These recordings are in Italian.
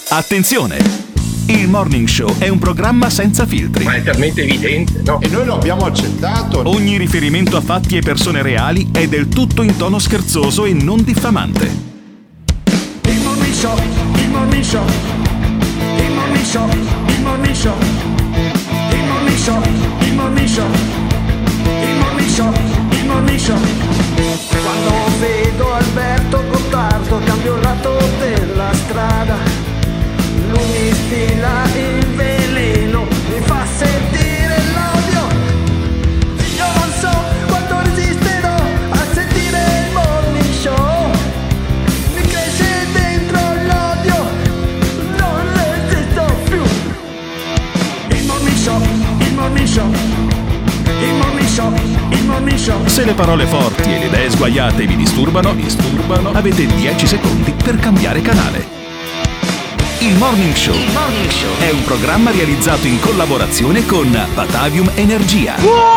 Attenzione! Il Morning Show è un programma senza filtri. Ma è talmente evidente, no? E noi lo abbiamo accettato. Ogni riferimento a fatti e persone reali è del tutto in tono scherzoso e non diffamante. Il Morning Show, il Morning Show, il Morning Show, il Morning Show, il Morning Show, il Morning Show, il Morning Show, il Morning Show. Quando vedo Alberto Gottardo cambio il lato della strada. Lui mi stila il veleno, mi fa sentire l'odio. Io non so quanto resisterò a sentire il Morning Show. Mi cresce dentro l'odio, non resisto più. Il Morning Show, il Morning Show, il Morning Show, il Morning Show. Se le parole forti e le idee sguaiate vi disturbano, avete 10 secondi per cambiare canale. Il Morning Show è un programma realizzato in collaborazione con Batavium Energia.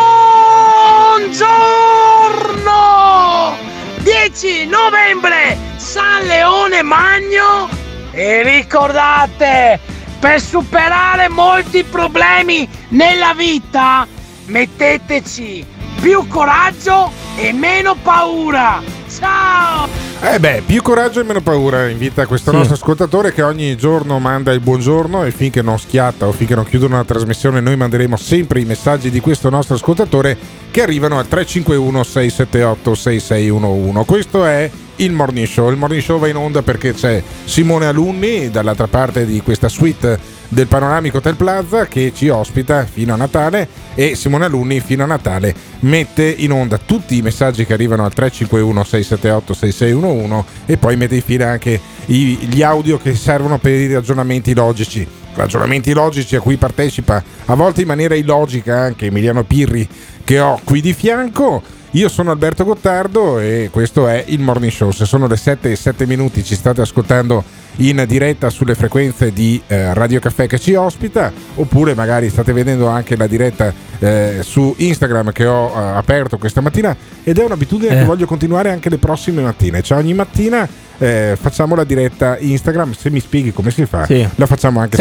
Buongiorno! 10 novembre, San Leone Magno. E ricordate, per superare molti problemi nella vita, metteteci più coraggio e meno paura. Ciao! Più coraggio e meno paura invita questo nostro ascoltatore che ogni giorno manda il buongiorno, e finché non schiatta o finché non chiudono la trasmissione noi manderemo sempre i messaggi di questo nostro ascoltatore che arrivano al 351 678 6611. Questo è il Morning Show. Il Morning Show va in onda perché c'è Simone Alunni dall'altra parte di questa suite del Panoramico Hotel Plaza che ci ospita fino a Natale, e Simone Alunni fino a Natale mette in onda tutti i messaggi che arrivano al 351 678 6611 e poi mette in fila anche gli audio che servono per i ragionamenti logici a cui partecipa a volte in maniera illogica anche Emiliano Pirri, che ho qui di fianco. Io sono Alberto Gottardo e questo è il Morning Show. Se sono le 7:07 ci state ascoltando in diretta sulle frequenze di Radio Caffè che ci ospita, oppure magari state vedendo anche la diretta su Instagram che ho aperto questa mattina, ed è un'abitudine che voglio continuare anche le prossime mattine. Cioè ogni mattina facciamo la diretta Instagram. Se mi spieghi come si fa, la facciamo anche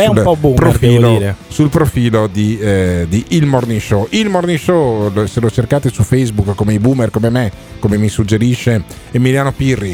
sul profilo di Il Morning Show. Il Morning Show, se lo cercate su Facebook come i boomer come me, come mi suggerisce Emiliano Pirri,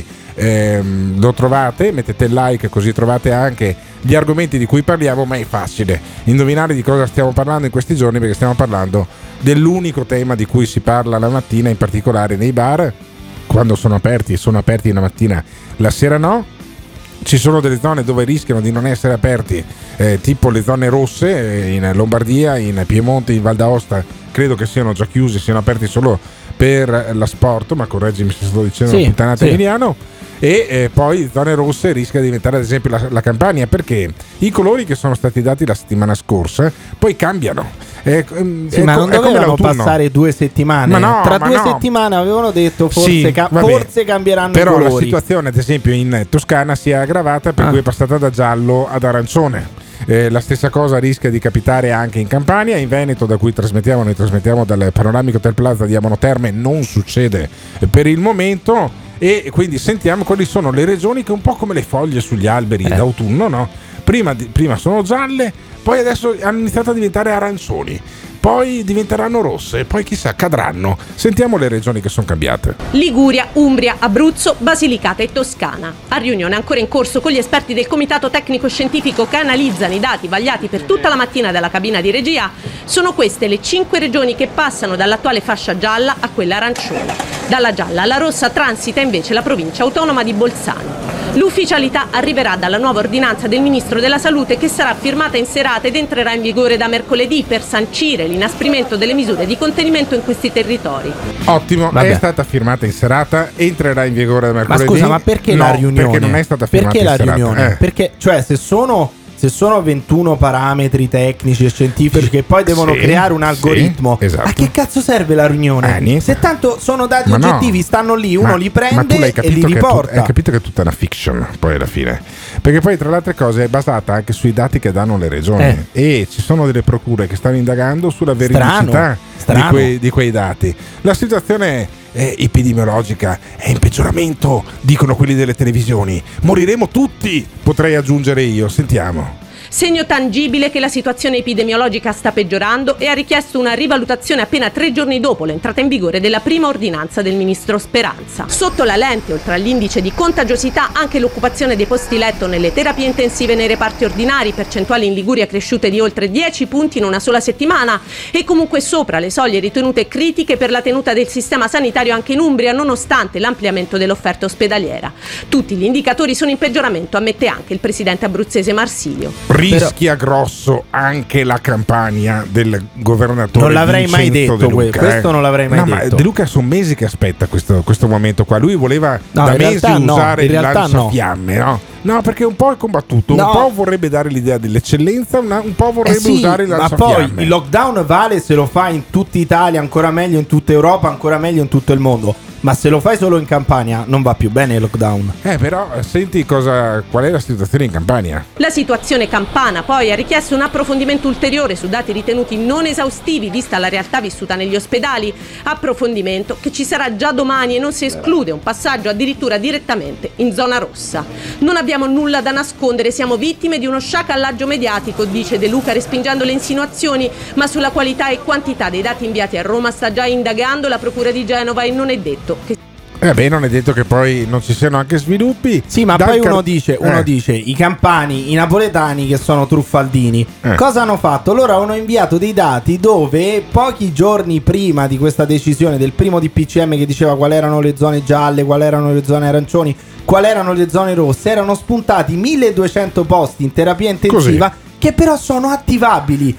lo trovate, mettete il like così trovate anche gli argomenti di cui parliamo, ma è facile indovinare di cosa stiamo parlando in questi giorni, perché stiamo parlando dell'unico tema di cui si parla la mattina, in particolare nei bar quando sono aperti la mattina, la sera no. Ci sono delle zone dove rischiano di non essere aperti, tipo le zone rosse in Lombardia, in Piemonte, in Val d'Aosta credo che siano già chiusi, siano aperti solo per l'asporto, ma correggimi se sto dicendo una puttanata, Emiliano. E poi zone rosse rischia di diventare ad esempio la Campania, perché i colori che sono stati dati la settimana scorsa poi cambiano. Ma non dovevano passare 2 settimane? Tra 2 settimane avevano detto forse cambieranno i colori. Però la situazione ad esempio in Toscana si è aggravata, per cui è passata da giallo ad arancione. La stessa cosa rischia di capitare anche in Campania, in Veneto, da cui noi trasmettiamo dal Panoramico Hotel Plaza di Amano Terme, non succede per il momento. E quindi sentiamo quali sono le regioni che un po' come le foglie sugli alberi d'autunno, no? Prima sono gialle, poi adesso hanno iniziato a diventare arancioni, poi diventeranno rosse, poi chissà cadranno. Sentiamo le regioni che sono cambiate. Liguria, Umbria, Abruzzo, Basilicata e Toscana. A riunione ancora in corso con gli esperti del Comitato Tecnico Scientifico che analizzano i dati vagliati per tutta la mattina dalla cabina di regia, sono queste le 5 regioni che passano dall'attuale fascia gialla a quella arancione. Dalla gialla alla rossa transita invece la provincia autonoma di Bolzano. L'ufficialità arriverà dalla nuova ordinanza del Ministro della Salute, che sarà firmata in serata ed entrerà in vigore da mercoledì per sancire l'inasprimento delle misure di contenimento in questi territori. Ottimo, è stata firmata in serata, entrerà in vigore da mercoledì. Ma scusa, ma perché la riunione? Perché non è stata firmata in serata. Perché la riunione? Perché, cioè, se sono 21 parametri tecnici e scientifici che poi devono creare un algoritmo, a che cazzo serve la riunione? Se tanto sono dati oggettivi, stanno lì, uno li prende e li riporta. Hai capito che è tutta una fiction poi alla fine, Perché poi tra le altre cose è basata anche sui dati che danno le regioni e ci sono delle procure che stanno indagando sulla veridicità di quei dati. La situazione epidemiologica è in peggioramento, dicono quelli delle televisioni. Moriremo tutti, potrei aggiungere io. Sentiamo. Segno tangibile che la situazione epidemiologica sta peggiorando e ha richiesto una rivalutazione appena 3 giorni dopo l'entrata in vigore della prima ordinanza del ministro Speranza. Sotto la lente, oltre all'indice di contagiosità, anche l'occupazione dei posti letto nelle terapie intensive nei reparti ordinari, percentuali in Liguria cresciute di oltre 10 punti in una sola settimana e comunque sopra le soglie ritenute critiche per la tenuta del sistema sanitario anche in Umbria, nonostante l'ampliamento dell'offerta ospedaliera. Tutti gli indicatori sono in peggioramento, ammette anche il presidente abruzzese Marsilio. Rischia grosso anche la campagna del governatore. Non l'avrei mai detto questo non l'avrei mai detto. Ma De Luca sono mesi che aspetta questo momento qua. Lui voleva da mesi usare il lanciafiamme, no? No, perché un po' è combattuto, un po' vorrebbe dare l'idea dell'eccellenza, un po' vorrebbe usare il lanciafiamme. Ma poi il lockdown vale se lo fa in tutta Italia, ancora meglio in tutta Europa, ancora meglio in tutto il mondo. Ma se lo fai solo in Campania non va più bene il lockdown. Però senti qual è la situazione in Campania. La situazione campana poi ha richiesto un approfondimento ulteriore su dati ritenuti non esaustivi vista la realtà vissuta negli ospedali, approfondimento che ci sarà già domani e non si esclude un passaggio addirittura direttamente in zona rossa. Non abbiamo nulla da nascondere, siamo vittime di uno sciacallaggio mediatico, dice De Luca respingendo le insinuazioni, ma sulla qualità e quantità dei dati inviati a Roma sta già indagando la procura di Genova e non è detto che non è detto che poi non ci siano anche sviluppi. Sì, ma poi uno dice i campani, i napoletani che sono truffaldini, cosa hanno fatto? Loro hanno inviato dei dati dove pochi giorni prima di questa decisione del primo DPCM che diceva quali erano le zone gialle, quali erano le zone arancioni, quali erano le zone rosse, erano spuntati 1200 posti in terapia intensiva. Così. Che però sono attivabili.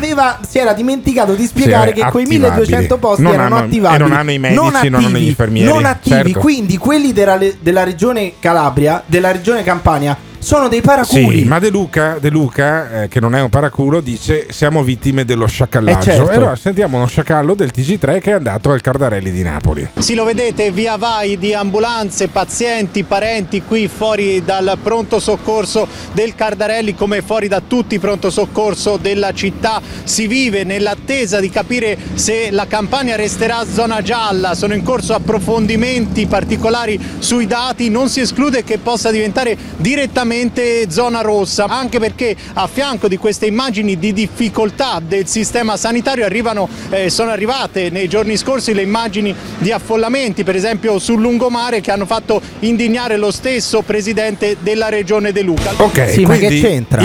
Si era dimenticato di spiegare che quei 1200 posti erano attivabili. E non hanno i medici, non hanno gli infermieri. Non attivi, certo. Quindi quelli della regione Calabria, della regione Campania, sono dei paraculi. Sì, ma De Luca che non è un paraculo, dice siamo vittime dello sciacallaggio. Certo. E allora sentiamo uno sciacallo del TG3 che è andato al Cardarelli di Napoli. Sì, lo vedete, via vai di ambulanze, pazienti, parenti qui fuori dal pronto soccorso del Cardarelli, come fuori da tutti i pronto soccorso della città. Si vive nell'attesa di capire se la Campania resterà zona gialla. Sono in corso approfondimenti particolari sui dati, non si esclude che possa diventare direttamente zona rossa, anche perché a fianco di queste immagini di difficoltà del sistema sanitario sono arrivate nei giorni scorsi le immagini di affollamenti, per esempio sul lungomare, che hanno fatto indignare lo stesso presidente della regione De Luca. Ok, sì, ma che c'entra?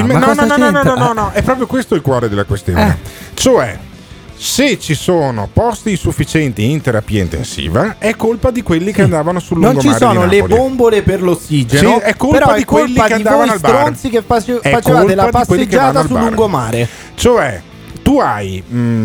No, è proprio questo il cuore della questione. Cioè, se ci sono posti insufficienti in terapia intensiva, è colpa di quelli che andavano sul lungomare. Non ci sono di le bombole per l'ossigeno. Sì, è colpa però di quelli che andavano al bar. Stronzi che facevate la passeggiata sul lungomare. Cioè, tu hai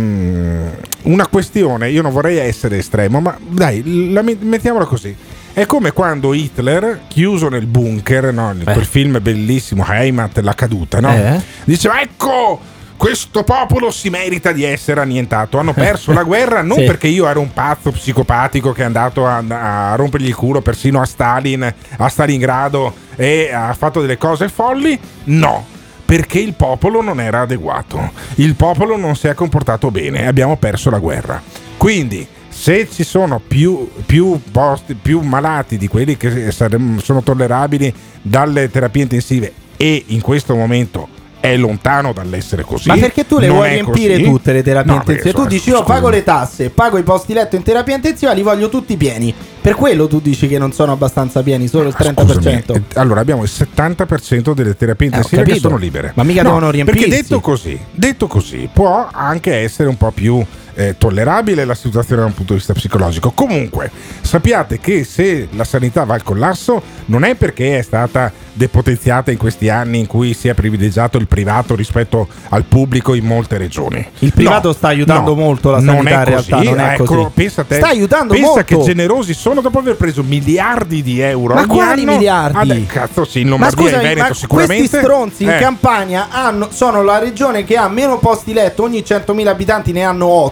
una questione, io non vorrei essere estremo, ma dai, mettiamola così. È come quando Hitler, chiuso nel bunker, no? Quel film bellissimo, Heimat, la caduta, no? Diceva, ecco, questo popolo si merita di essere annientato. Hanno perso la guerra non perché io ero un pazzo psicopatico che è andato a rompergli il culo persino a Stalingrado e ha fatto delle cose folli. No, perché il popolo non era adeguato. Il popolo non si è comportato bene. Abbiamo perso la guerra. Quindi, se ci sono più posti, più malati di quelli che sono tollerabili dalle terapie intensive, e in questo momento è lontano dall'essere così. Ma perché tu le vuoi riempire tutte le terapie intensive? Tu dici io pago le tasse, pago i posti letto in terapia intensiva, li voglio tutti pieni. Per quello tu dici che non sono abbastanza pieni, solo il 30%. Scusami, allora abbiamo il 70% delle terapie intensive che sono libere. Ma mica devono riempirsi. Perché detto così può anche essere un po' più tollerabile la situazione da un punto di vista psicologico. Comunque sappiate che se la sanità va al collasso non è perché è stata depotenziata in questi anni in cui si è privilegiato il privato rispetto al pubblico in molte regioni. Il privato sta aiutando molto la sanità, in realtà non è così. Pensa sta aiutando molto. Pensa che generosi sono dopo aver preso miliardi di euro. Ma quali anno, miliardi? Cazzo sì, in Lombardia e Veneto sicuramente. Questi stronzi in Campania sono la regione che ha meno posti letto, ogni 100.000 abitanti ne hanno 8.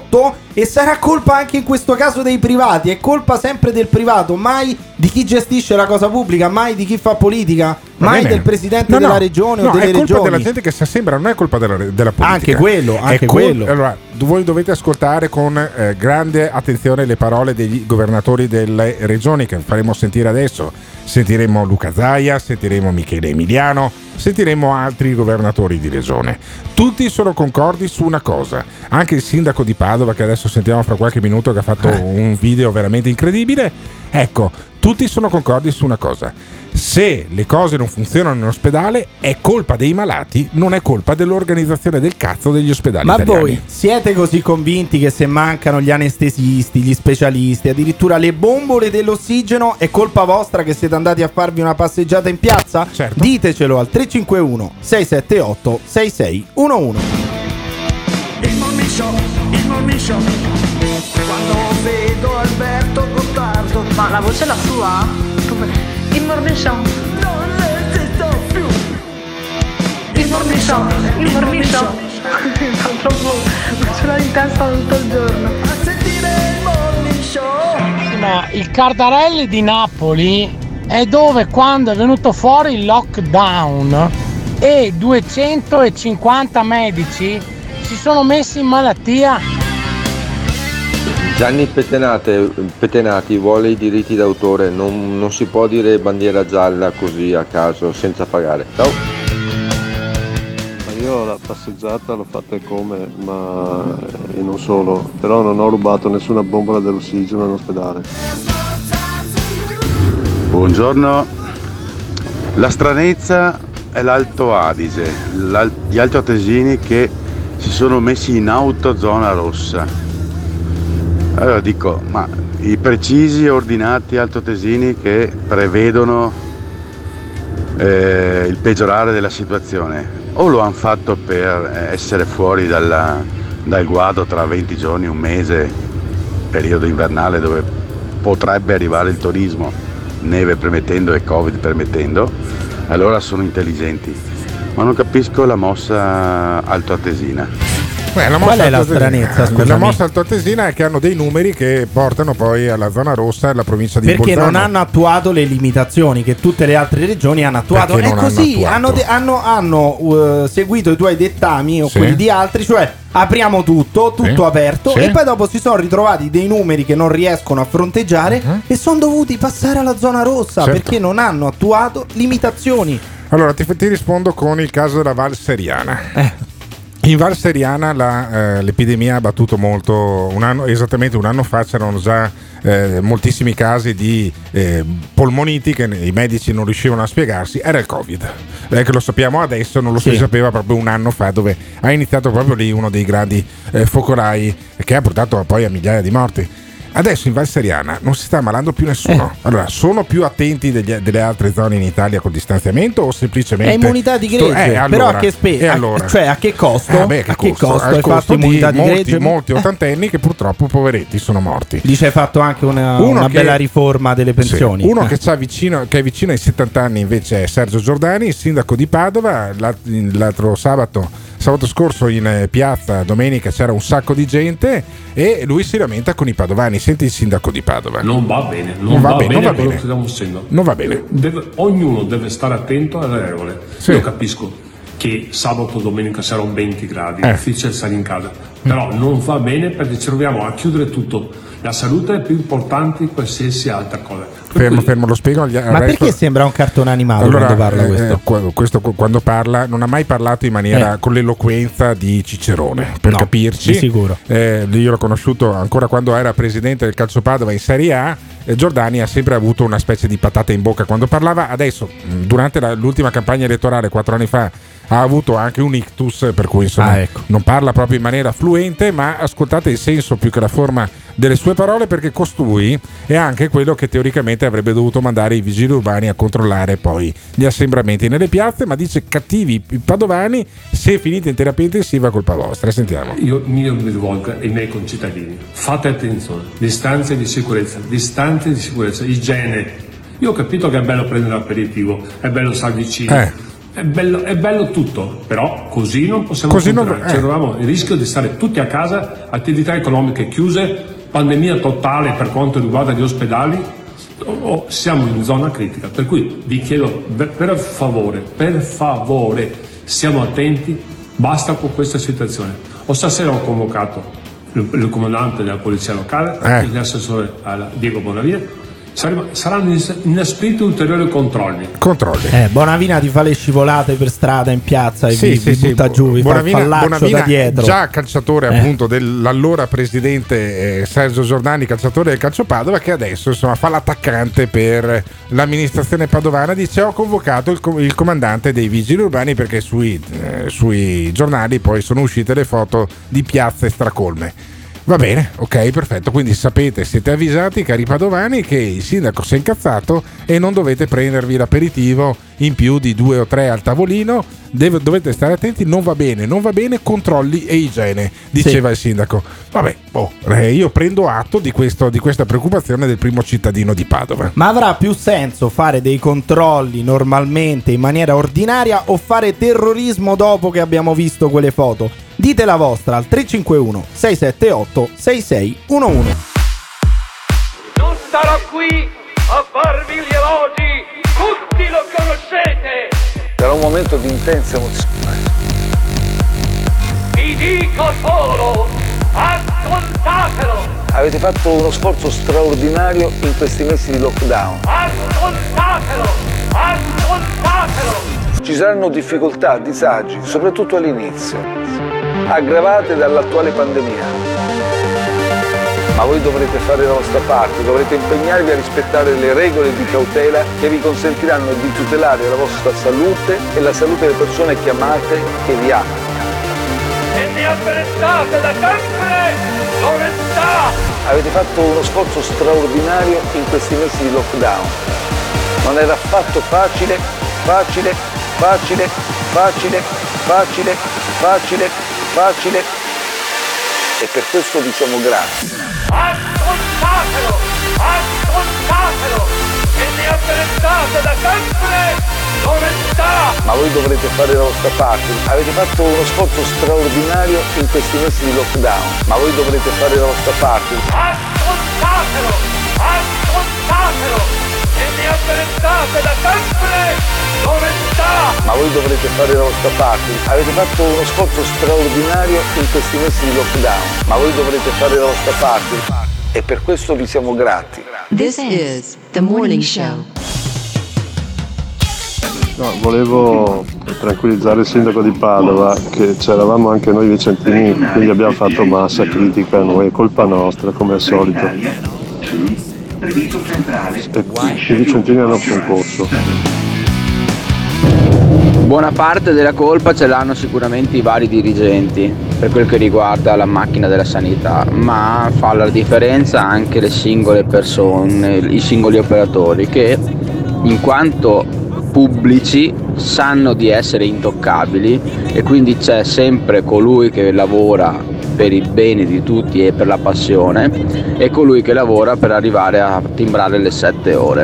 botto, e sarà colpa anche in questo caso dei privati. È colpa sempre del privato, mai di chi gestisce la cosa pubblica, mai di chi fa politica, mai del presidente della regione o delle regioni. È colpa della gente che si assembra, non è colpa della politica. Anche quello. Allora, voi dovete ascoltare con grande attenzione le parole degli governatori delle regioni che faremo sentire adesso. Sentiremo Luca Zaia, sentiremo Michele Emiliano, sentiremo altri governatori di regione. Tutti sono concordi su una cosa. Anche il sindaco di Padova, che adesso sentiamo fra qualche minuto, che ha fatto un video veramente incredibile. Ecco, tutti sono concordi su una cosa: se le cose non funzionano in ospedale è colpa dei malati, non è colpa dell'organizzazione del cazzo degli ospedali italiani. Ma voi siete così convinti che se mancano gli anestesisti, gli specialisti, addirittura le bombole dell'ossigeno, è colpa vostra che siete andati a farvi una passeggiata in piazza? Certo. Ditecelo al 351 678 6611. Il Morning Show. Quando vedo Alberto Gottardo. Ma la voce è la sua? Il Morning Show. Non resisto più. Il Morning Show. Fa troppo, ce l'ho in testa tutto il giorno. A sentire il Morning Show. Ma il Cardarelli di Napoli è dove, quando è venuto fuori il lockdown e 250 medici si sono messi in malattia. Gianni Petenati vuole i diritti d'autore, non si può dire bandiera gialla così a caso senza pagare. Ciao. Ma io la passeggiata l'ho fatta come, ma e non solo, però non ho rubato nessuna bombola dell'ossigeno in ospedale. Buongiorno. La stranezza è l'Alto Adige, gli altoatesini che si sono messi in autozona rossa. Allora dico, ma i precisi e ordinati altoatesini che prevedono il peggiorare della situazione, o lo hanno fatto per essere fuori dal guado tra 20 giorni, un mese, periodo invernale dove potrebbe arrivare il turismo, neve permettendo e Covid permettendo, allora sono intelligenti. Ma non capisco la mossa altoatesina. Qual è la stranezza? La mossa altoatesina è che hanno dei numeri che portano poi alla zona rossa e alla provincia di Perché Bolzano. non hanno attuato le limitazioni che tutte le altre regioni hanno attuato. Perché È non così, hanno seguito i tuoi dettami o Sì. quelli di altri, cioè apriamo tutto Sì. aperto, Sì. e poi dopo si sono ritrovati dei numeri che non riescono a fronteggiare e sono dovuti passare alla zona rossa, Certo. perché non hanno attuato limitazioni. Allora ti rispondo con il caso della Val Seriana. In Val Seriana l'epidemia ha battuto molto. Esattamente un anno fa c'erano già moltissimi casi di polmoniti che i medici non riuscivano a spiegarsi. Era il Covid, che lo sappiamo adesso, non lo si sapeva proprio un anno fa, dove ha iniziato proprio lì uno dei grandi focolai che ha portato poi a migliaia di morti. Adesso in Val Seriana non si sta ammalando più nessuno. Allora, sono più attenti delle altre zone in Italia col distanziamento o semplicemente È immunità di gregge, allora, però a che allora? cioè a che costo? Che a che costo Al hai fatto di immunità di gregge? molti ottantenni che purtroppo, poveretti, sono morti. Dice hai fatto anche una bella riforma delle pensioni. Uno che è vicino ai 70 anni invece è Sergio Giordani, il sindaco di Padova. L'altro sabato scorso in piazza, domenica, c'era un sacco di gente e lui si lamenta con i padovani. Senti il sindaco di Padova. Non va bene, non va bene quello che stiamo facendo. Non va bene. Ognuno deve stare attento alle regole. Sì. Io capisco che sabato, domenica saranno 20 gradi, è difficile stare in casa, però non va bene perché ci troviamo a chiudere tutto. La salute è più importante di qualsiasi altra cosa. Fermo, lo spiego. Ma perché sembra un cartone animato quando parla questo? Questo quando parla non ha mai parlato in maniera con l'eloquenza di Cicerone, per capirci. Di sicuro. Io l'ho conosciuto ancora quando era presidente del Calcio Padova in Serie A. Giordani ha sempre avuto una specie di patata in bocca quando parlava. Adesso, durante l'ultima campagna elettorale 4 anni fa, ha avuto anche un ictus, per cui insomma non parla proprio in maniera fluente, ma ascoltate il senso più che la forma delle sue parole, perché costui è anche quello che teoricamente avrebbe dovuto mandare i vigili urbani a controllare poi gli assembramenti nelle piazze, ma dice cattivi i padovani, se finite in terapia intensiva è colpa vostra. Sentiamo. Io mi rivolgo ai miei concittadini: fate attenzione, distanze di sicurezza, igiene. Io ho capito che è bello prendere l'aperitivo, è bello stare vicino, È bello tutto, però così non possiamo continuare. Ci troviamo il rischio di stare tutti a casa, attività economiche chiuse, pandemia totale per quanto riguarda gli ospedali, siamo in zona critica. Per cui vi chiedo per favore, siamo attenti, basta con questa situazione. Stasera ho convocato il comandante della polizia locale, l'assessore Diego Bonavia. Saranno inaspriti ulteriori controlli. Bonavina ti fa le scivolate per strada in piazza e vi butta giù, vi fa il fallaccio da dietro. Già calciatore appunto dell'allora presidente Sergio Giordani, calciatore del Calcio Padova, che adesso insomma fa l'attaccante per l'amministrazione padovana. Dice: ho convocato il comandante dei vigili urbani, perché sui giornali poi sono uscite le foto di piazze stracolme. Va bene, ok, perfetto. Quindi sapete, siete avvisati, cari padovani, che il sindaco si è incazzato e non dovete prendervi l'aperitivo in più di 2 o 3 al tavolino. Dovete stare attenti, non va bene, controlli e igiene, diceva il sindaco. Vabbè, io prendo atto di questa preoccupazione del primo cittadino di Padova. Ma avrà più senso fare dei controlli normalmente in maniera ordinaria o fare terrorismo dopo che abbiamo visto quelle foto? Dite la vostra al 351 678 6611. Non starò qui a farvi gli elogi, tutti lo conoscete. Era un momento di intensa emozione. Vi dico solo, ascoltatelo. Avete fatto uno sforzo straordinario in questi mesi di lockdown. Ascoltatelo. Ci saranno difficoltà, disagi, soprattutto all'inizio, aggravate dall'attuale pandemia. Ma voi dovrete fare la vostra parte, dovrete impegnarvi a rispettare le regole di cautela che vi consentiranno di tutelare la vostra salute e la salute delle persone che amate, che vi amano. E ne apprezzate da sempre l'onestà! Avete fatto uno sforzo straordinario in questi mesi di lockdown. Non era affatto facile e per questo diciamo grazie. Ascoltatelo, e ne apprezzate da sempre l'onestà. Ma voi dovrete fare la vostra parte. Avete fatto uno sforzo straordinario in questi mesi di lockdown. Ma voi dovrete fare la vostra parte. Ascoltatelo, e ne apprezzate da sempre l'onestà. Ma voi dovrete fare la vostra parte. Avete fatto uno sforzo straordinario in questi mesi di lockdown. Ma voi dovrete fare la vostra parte. E per questo vi siamo grati. This is the morning show. No, volevo tranquillizzare il sindaco di Padova che c'eravamo anche noi vicentini, quindi abbiamo fatto massa critica a noi, è colpa nostra come al solito. E i vicentini hanno concorso. Buona parte della colpa ce l'hanno sicuramente i vari dirigenti per quel che riguarda la macchina della sanità, ma fa la differenza anche le singole persone, i singoli operatori che in quanto pubblici sanno di essere intoccabili e quindi c'è sempre colui che lavora per il bene di tutti e per la passione e colui che lavora per arrivare a timbrare le 7 ore.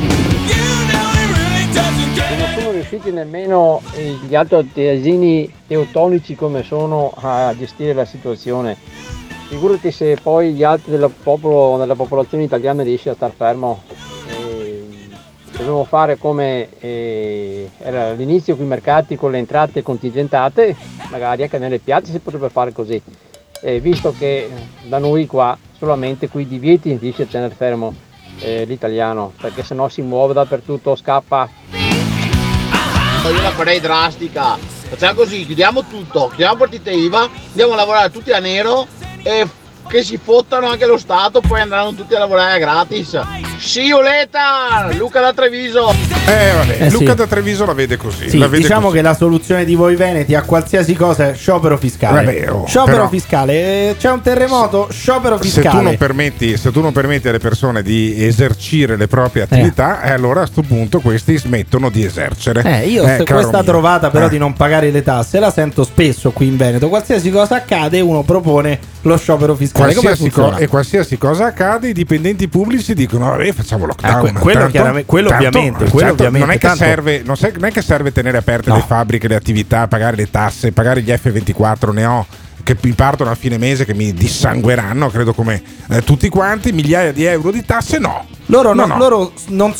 Non sono riusciti nemmeno gli altoatesini teutonici come sono a gestire la situazione. Figurati se poi gli altri della popolazione italiana riesce a star fermo. Dobbiamo fare come era all'inizio con i mercati, con le entrate contingentate, magari anche nelle piazze si potrebbe fare così. Visto che da noi qua solamente qui divieti riesce a tenere fermo l'italiano, perché sennò si muove dappertutto, scappa. Io la farei drastica, facciamo così, chiudiamo tutto, chiudiamo partite IVA, andiamo a lavorare tutti a nero e che si fottano anche lo Stato, poi andranno tutti a lavorare gratis. Sì, Oleta! Luca da Treviso! Luca sì. da Treviso la vede così. Sì, la vede diciamo così. Che la soluzione di voi veneti a qualsiasi cosa è sciopero fiscale. Sciopero fiscale, c'è un terremoto, sciopero fiscale. Se tu non permetti alle persone di esercire le proprie attività, allora a questo punto questi smettono di esercere. Io questa trovata però di non pagare le tasse la sento spesso qui in Veneto. Qualsiasi cosa accade uno propone lo sciopero fiscale. Qualsiasi cosa accade, i dipendenti pubblici dicono facciamo lockdown. Quello ovviamente. Non è che serve tenere aperte le fabbriche, le attività, pagare le tasse, pagare gli F24, ne ho che mi partono a fine mese, che mi dissangueranno, credo come tutti quanti, migliaia di euro di tasse, no. Loro non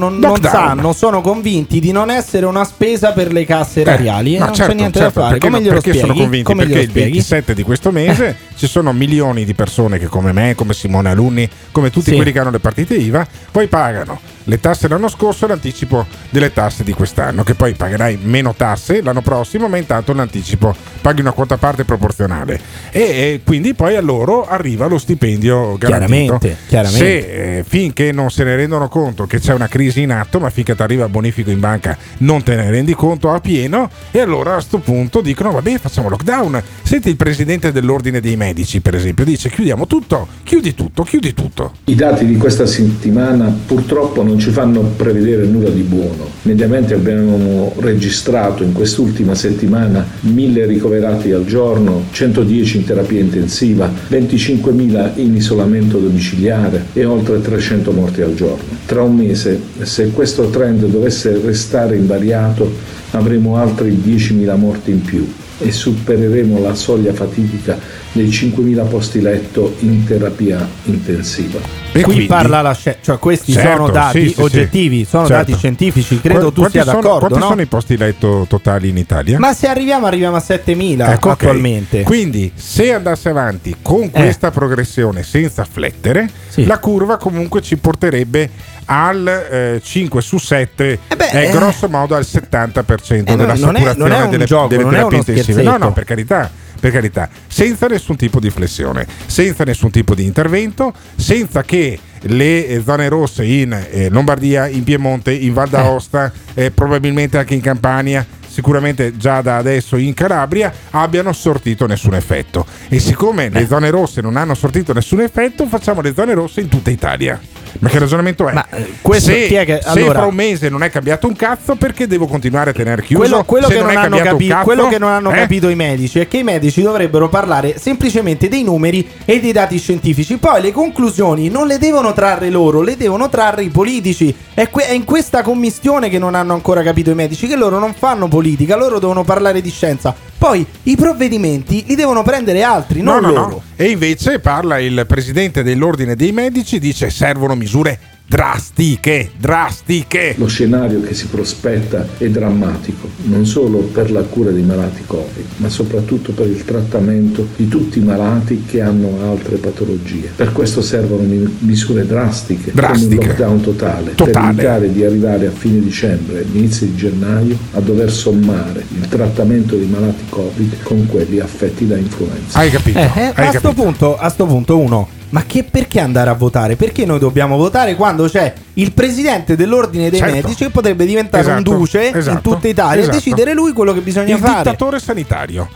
sono convinti di non essere una spesa per le casse erariali. Non c'è niente da fare. Come glielo spieghi? Sono convinti? Perché il 27 di questo mese ci sono milioni di persone che, come me, come Simone Alunni, come tutti quelli che hanno le partite IVA, poi pagano le tasse l'anno scorso e l'anticipo delle tasse di quest'anno, che poi pagherai meno tasse l'anno prossimo, ma intanto l'anticipo paghi una quota parte proporzionale, e quindi poi a loro arriva lo stipendio garantito. Chiaramente. Se finché non se ne rendono conto che c'è una crisi in atto, ma finché ti arriva il bonifico in banca non te ne rendi conto a pieno, e allora a sto punto dicono vabbè, facciamo lockdown. Senti il presidente dell'ordine dei medici, per esempio, dice chiudiamo tutto, chiudi tutto. I dati di questa settimana purtroppo non ci fanno prevedere nulla di buono. Mediamente abbiamo registrato in quest'ultima settimana 1000 ricoverati al giorno, 110 in terapia intensiva, 25.000 in isolamento domiciliare e oltre 300 morti al giorno. Tra un mese, se questo trend dovesse restare invariato, avremo altri 10.000 morti in più e supereremo la soglia fatidica dei 5.000 posti letto in terapia intensiva. E qui quindi, parla la cioè questi sono dati oggettivi, sono dati scientifici, credo tu sia d'accordo. Quanti sono i posti letto totali in Italia? Ma se arriviamo a 7.000 attualmente. Quindi se andasse avanti con questa progressione senza flettere, la curva comunque ci porterebbe al 5 su 7 grosso modo al 70% della saturazione delle terapie intensive. No, per carità, senza nessun tipo di flessione, senza nessun tipo di intervento, senza che le zone rosse in Lombardia, in Piemonte, in Val d'Aosta, probabilmente anche in Campania, sicuramente già da adesso in Calabria, abbiano sortito nessun effetto. E siccome le zone rosse non hanno sortito nessun effetto, facciamo le zone rosse in tutta Italia. Ma che ragionamento è? Ma se fra un mese non è cambiato un cazzo, perché devo continuare a tenere chiuso? Quello che non hanno capito i medici è che i medici dovrebbero parlare semplicemente dei numeri e dei dati scientifici. Poi le conclusioni non le devono trarre loro, le devono trarre i politici. È in questa commistione che non hanno ancora capito i medici, che loro non fanno politica, loro devono parlare di scienza. Poi i provvedimenti li devono prendere altri, non loro. No. E invece parla il presidente dell'ordine dei medici, dice servono misure drastiche. Lo scenario che si prospetta è drammatico, non solo per la cura dei malati Covid, ma soprattutto per il trattamento di tutti i malati che hanno altre patologie. Per questo servono misure drastiche. Come un lockdown totale, per evitare di arrivare a fine dicembre, all'inizio di gennaio, a dover sommare il trattamento dei malati Covid con quelli affetti da influenza. Hai capito? A sto punto uno. Ma perché andare a votare? Perché noi dobbiamo votare quando c'è il presidente dell'ordine dei medici che potrebbe diventare un duce in tutta Italia e decidere lui quello che bisogna fare? Il dittatore sanitario.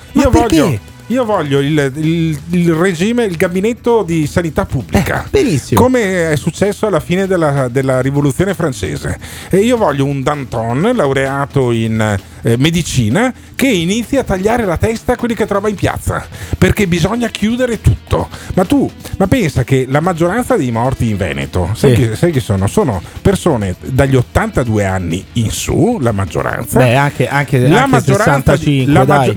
Io voglio il regime, il gabinetto di sanità pubblica. Benissimo. Come è successo alla fine della rivoluzione francese. E io voglio un Danton, laureato in medicina, che inizi a tagliare la testa a quelli che trova in piazza, perché bisogna chiudere tutto. Ma pensa che la maggioranza dei morti in Veneto, sai chi sono? Sono persone dagli 82 anni in su, la maggioranza. Anche 65.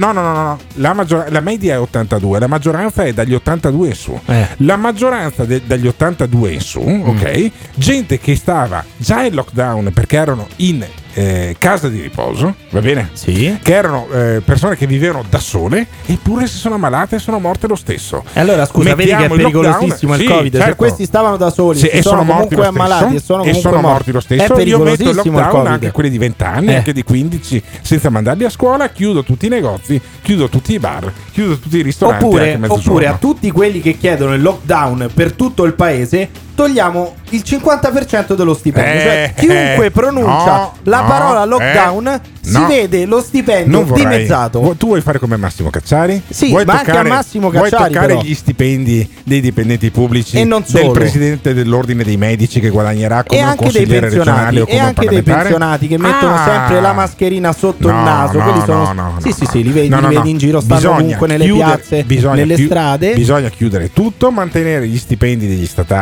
La media è 82, la maggioranza è dagli 82 in su. La maggioranza dagli 82 in su, ok? Gente che stava già in lockdown perché erano in casa di riposo, va bene? Sì. Che erano persone che vivevano da sole, eppure si sono ammalate e sono morte lo stesso. E allora scusa, vedi che è pericolosissimo il Covid. Se questi stavano da soli e sono comunque ammalati e sono morti lo stesso, io metto il lockdown anche quelli di 20 anni, anche di 15, senza mandarli a scuola, chiudo tutti i negozi, chiudo tutti i bar, chiudo tutti i ristoranti. Oppure a tutti quelli che chiedono il lockdown per tutto il paese togliamo il 50% dello stipendio. Cioè chiunque pronuncia la parola lockdown si vede lo stipendio dimezzato. Tu vuoi fare come Massimo Cacciari? Sì, ma anche a Massimo Cacciari vuoi toccare gli stipendi dei dipendenti pubblici e non solo, del presidente dell'ordine dei medici che guadagnerà come un consigliere regionale o come un parlamentare, dei pensionati che mettono sempre la mascherina sotto il naso. Quelli sono sì, li vedi in giro, stanno ovunque nelle piazze, nelle strade. Bisogna chiudere tutto, mantenere gli stipendi degli statali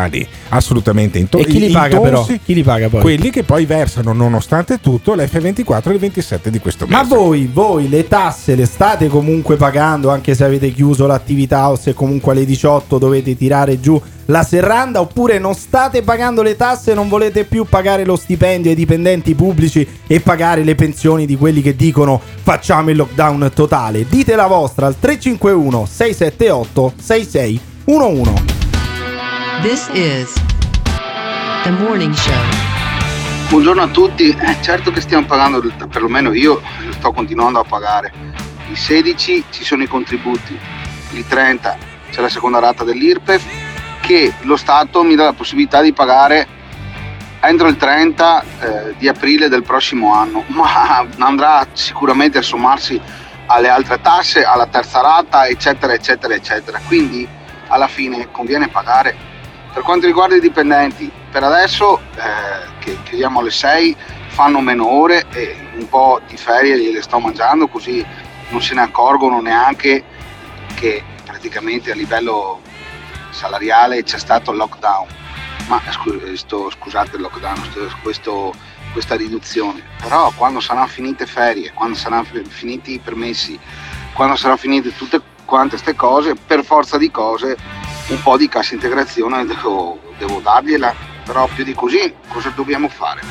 assolutamente E chi li paga però? Chi li paga poi? Quelli che poi versano nonostante tutto l'F24 e il 27 di questo mese. Ma voi le tasse le state comunque pagando, anche se avete chiuso l'attività o se comunque alle 18 dovete tirare giù la serranda, oppure non state pagando le tasse e non volete più pagare lo stipendio ai dipendenti pubblici e pagare le pensioni di quelli che dicono facciamo il lockdown totale? Dite la vostra al 351 678 6611. This is The Morning Show. Buongiorno a tutti, certo che stiamo pagando, perlomeno io lo sto continuando a pagare. Il 16 ci sono i contributi, il 30 c'è la seconda rata dell'IRPEF che lo Stato mi dà la possibilità di pagare entro il 30 di aprile del prossimo anno, ma andrà sicuramente a sommarsi alle altre tasse, alla terza rata, eccetera eccetera eccetera, quindi alla fine conviene pagare. Per quanto riguarda i dipendenti, per adesso che chiudiamo alle 6 fanno meno ore e un po' di ferie gliele sto mangiando, così non se ne accorgono neanche che praticamente a livello salariale c'è stato il lockdown. Ma scusate il lockdown, questa riduzione, però quando saranno finite ferie, quando saranno finiti i permessi, quando saranno finite tutte quante queste cose, per forza di cose un po' di cassa integrazione devo dargliela, però più di così cosa dobbiamo fare?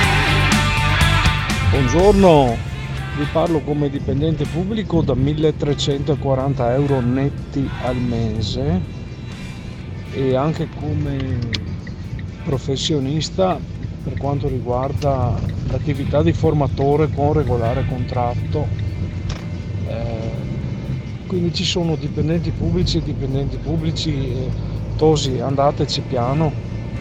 Buongiorno, vi parlo come dipendente pubblico da 1.340 euro netti al mese e anche come professionista per quanto riguarda l'attività di formatore con regolare contratto. Quindi ci sono dipendenti pubblici e dipendenti pubblici, tosi, andateci piano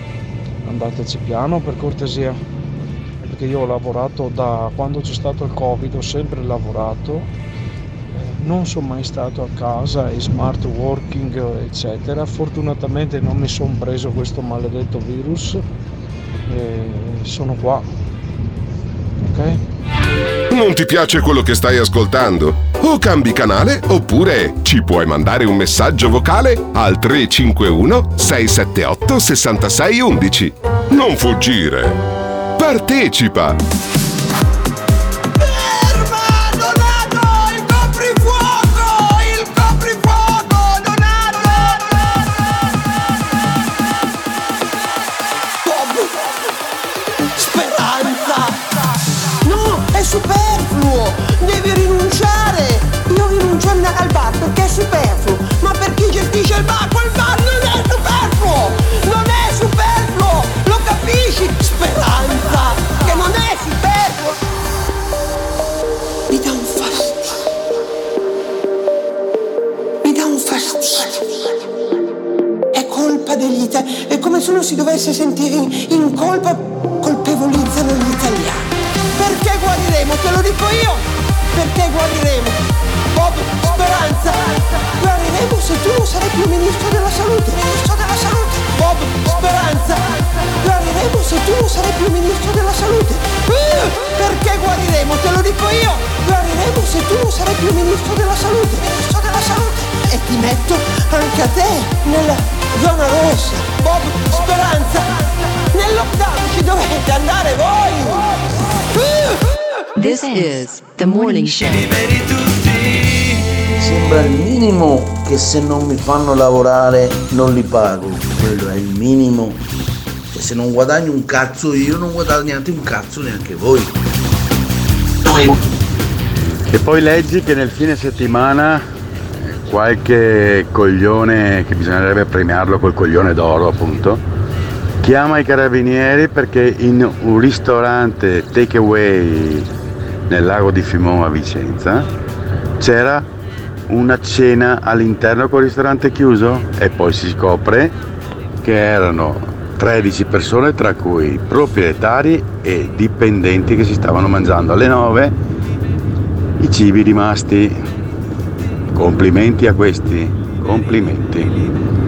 per cortesia, perché io ho lavorato da quando c'è stato il Covid, ho sempre lavorato, non sono mai stato a casa e smart working eccetera, fortunatamente non mi sono preso questo maledetto virus e sono qua, ok? Non ti piace quello che stai ascoltando? O cambi canale oppure ci puoi mandare un messaggio vocale al 351 678 6611. Non fuggire. Partecipa. Superfluo, devi rinunciare. Io rinuncio ad andare al bar perché è superfluo, ma per chi gestisce il bar non è superfluo, non è superfluo, lo capisci? Speranza, che non è superfluo. Mi dà un fastidio, è colpa degli italiani, è come se uno si dovesse sentire in colpa, colpevolizzano gli italiani. Perché guariremo? Te lo dico io! Perché guariremo? Bob, Speranza! Guariremo se tu non sarai più ministro della salute! Ministro della salute! Bob, Speranza! Guariremo se tu non sarai più ministro della salute! Perché guariremo? Te lo dico io! Guariremo se tu non sarai più ministro della salute! Ministro della salute! E ti metto anche a te nella zona rossa! Bob, Speranza! Nel lockdown ci dovete andare voi! This is The Morning Show. Sembra il minimo che se non mi fanno lavorare non li pago. Quello è il minimo. Cioè, se non guadagno un cazzo io, non guadagnate un cazzo neanche voi. E poi leggi che nel fine settimana qualche coglione, che bisognerebbe premiarlo col coglione d'oro appunto, chiama i carabinieri perché in un ristorante take away nel lago di Fimò a Vicenza c'era una cena all'interno col ristorante chiuso e poi si scopre che erano 13 persone, tra cui proprietari e dipendenti, che si stavano mangiando alle 9 i cibi rimasti. Complimenti a questi, complimenti. A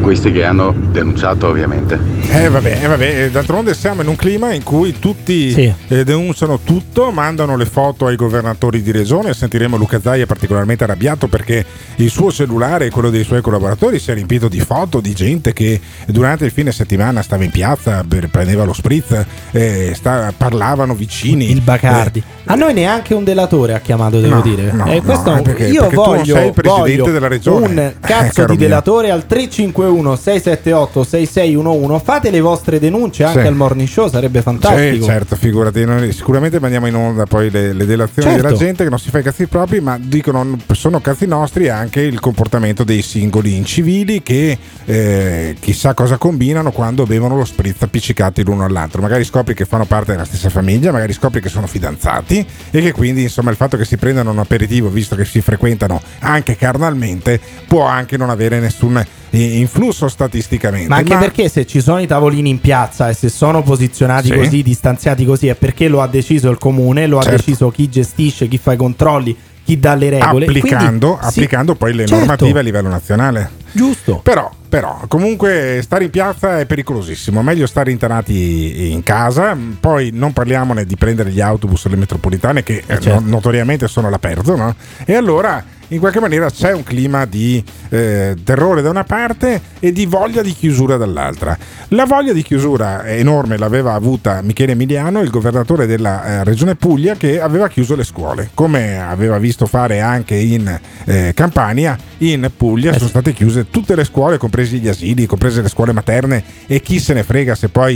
questi che hanno denunciato ovviamente. Vabbè, d'altronde siamo in un clima in cui tutti denunciano tutto, mandano le foto ai governatori di regione. Sentiremo Luca Zaia particolarmente arrabbiato perché il suo cellulare e quello dei suoi collaboratori si è riempito di foto di gente che durante il fine settimana stava in piazza, prendeva lo spritz, parlavano vicini. Il Bacardi. A noi neanche un delatore ha chiamato, devo dire. Perché io tu non sei il presidente della regione. Un cazzo di delatore al 351 678 6611. Fate le vostre denunce anche al Morning Show, sarebbe fantastico. Sì, certo, figurati. Noi sicuramente mandiamo in onda poi le delazioni della gente che non si fa i cazzi propri, ma dicono sono cazzi nostri anche il comportamento dei singoli incivili che chissà cosa combinano quando bevono lo spritz appiccicati l'uno all'altro. Magari scopri che fanno parte della stessa famiglia, magari scopri che sono fidanzati e che quindi insomma il fatto che si prendano un aperitivo, visto che si frequentano anche carnalmente, può anche non avere nessun influsso statisticamente. Ma anche perché se ci sono i tavolini in piazza e se sono posizionati così, distanziati così, è perché lo ha deciso il comune, lo ha deciso chi gestisce, chi fa i controlli, chi dà le regole, applicando poi le normative a livello nazionale. Giusto. Però comunque stare in piazza è pericolosissimo, meglio stare internati in casa. Poi non parliamone di prendere gli autobus e le metropolitane che notoriamente sono all'aperto, no? E allora in qualche maniera c'è un clima di terrore da una parte e di voglia di chiusura dall'altra. La voglia di chiusura enorme l'aveva avuta Michele Emiliano, il governatore della regione Puglia, che aveva chiuso le scuole, come aveva visto fare anche in Campania. In Puglia sono state chiuse tutte le scuole, compresi gli asili, comprese le scuole materne, e chi se ne frega se poi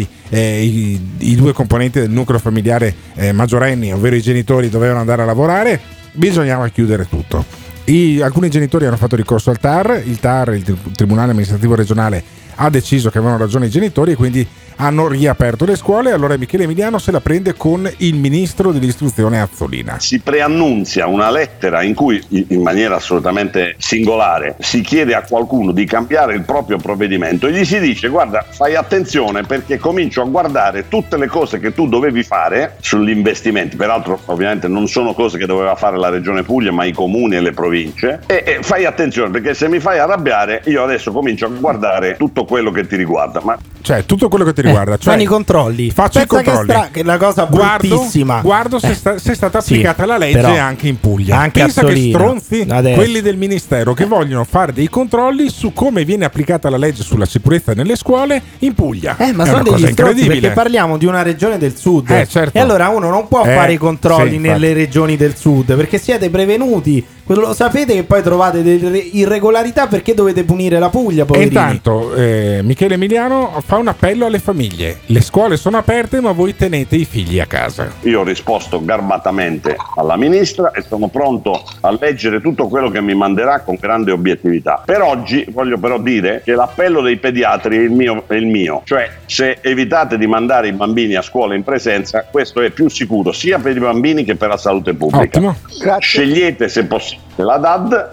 i due componenti del nucleo familiare maggiorenni, ovvero i genitori, dovevano andare a lavorare. Bisognava chiudere tutto. Alcuni genitori hanno fatto ricorso al TAR, il Tribunale Amministrativo Regionale, ha deciso che avevano ragione i genitori e quindi hanno riaperto le scuole. Allora Michele Emiliano se la prende con il ministro dell'istruzione Azzolina. Si preannunzia una lettera in cui, in maniera assolutamente singolare, si chiede a qualcuno di cambiare il proprio provvedimento e gli si dice: guarda, fai attenzione perché comincio a guardare tutte le cose che tu dovevi fare sugli investimenti, peraltro ovviamente non sono cose che doveva fare la regione Puglia ma i comuni e le province, e fai attenzione perché se mi fai arrabbiare io adesso comincio a guardare tutto quello che ti riguarda. Cioè tutto quello che ti riguarda, fanno i controlli. Faccio i controlli. Che è una cosa bruttissima. Guardo se è stata applicata la legge anche in Puglia. Anche pensa a che stronzi quelli del ministero che vogliono fare dei controlli su come viene applicata la legge sulla sicurezza nelle scuole in Puglia. Ma sono degli stronzi perché parliamo di una regione del sud. Certo. E allora uno non può fare i controlli nelle regioni del sud perché siete prevenuti. Lo sapete che poi trovate delle irregolarità, perché dovete punire la Puglia, poverini? E intanto Michele Emiliano fa un appello alle famiglie: le scuole sono aperte ma voi tenete i figli a casa. Io ho risposto garbatamente alla ministra e sono pronto a leggere tutto quello che mi manderà con grande obiettività. Per oggi voglio però dire che l'appello dei pediatri è il mio, cioè se evitate di mandare i bambini a scuola in presenza, questo è più sicuro sia per i bambini che per la salute pubblica. Ottimo. Scegliete se possibile la DAD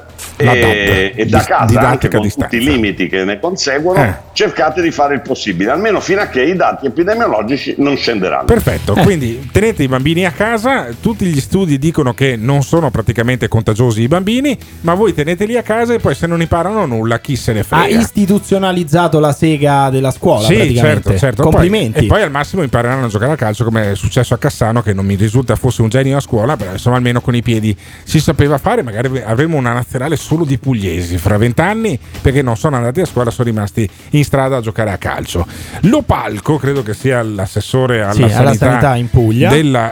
e da casa, anche con tutti i limiti che ne conseguono, cercate di fare il possibile, almeno fino a che i dati epidemiologici non scenderanno. Perfetto, quindi tenete i bambini a casa. Tutti gli studi dicono che non sono praticamente contagiosi i bambini, ma voi teneteli a casa e poi se non imparano nulla chi se ne frega. Ha istituzionalizzato la sega della scuola, praticamente. Certo. Complimenti. E poi al massimo impareranno a giocare a calcio, come è successo a Cassano, che non mi risulta fosse un genio a scuola, però insomma almeno con i piedi si sapeva fare. Magari avremo una nazionale solo di pugliesi fra 20 anni perché non sono andati a scuola, sono rimasti in strada a giocare a calcio. Lopalco, credo che sia l'assessore alla sanità in Puglia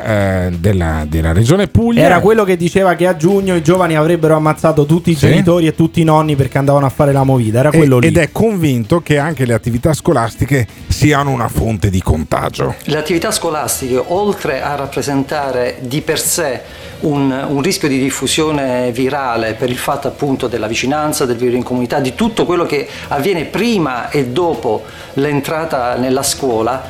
della regione Puglia, era quello che diceva che a giugno i giovani avrebbero ammazzato tutti i genitori e tutti i nonni perché andavano a fare la movida. Era quello lì. Ed è convinto che anche le attività scolastiche siano una fonte di contagio. Le attività scolastiche, oltre a rappresentare di per sé un rischio di diffusione virale per il fatto appunto della vicinanza del virus in comunità, di tutto quello che avviene prima e dopo l'entrata nella scuola,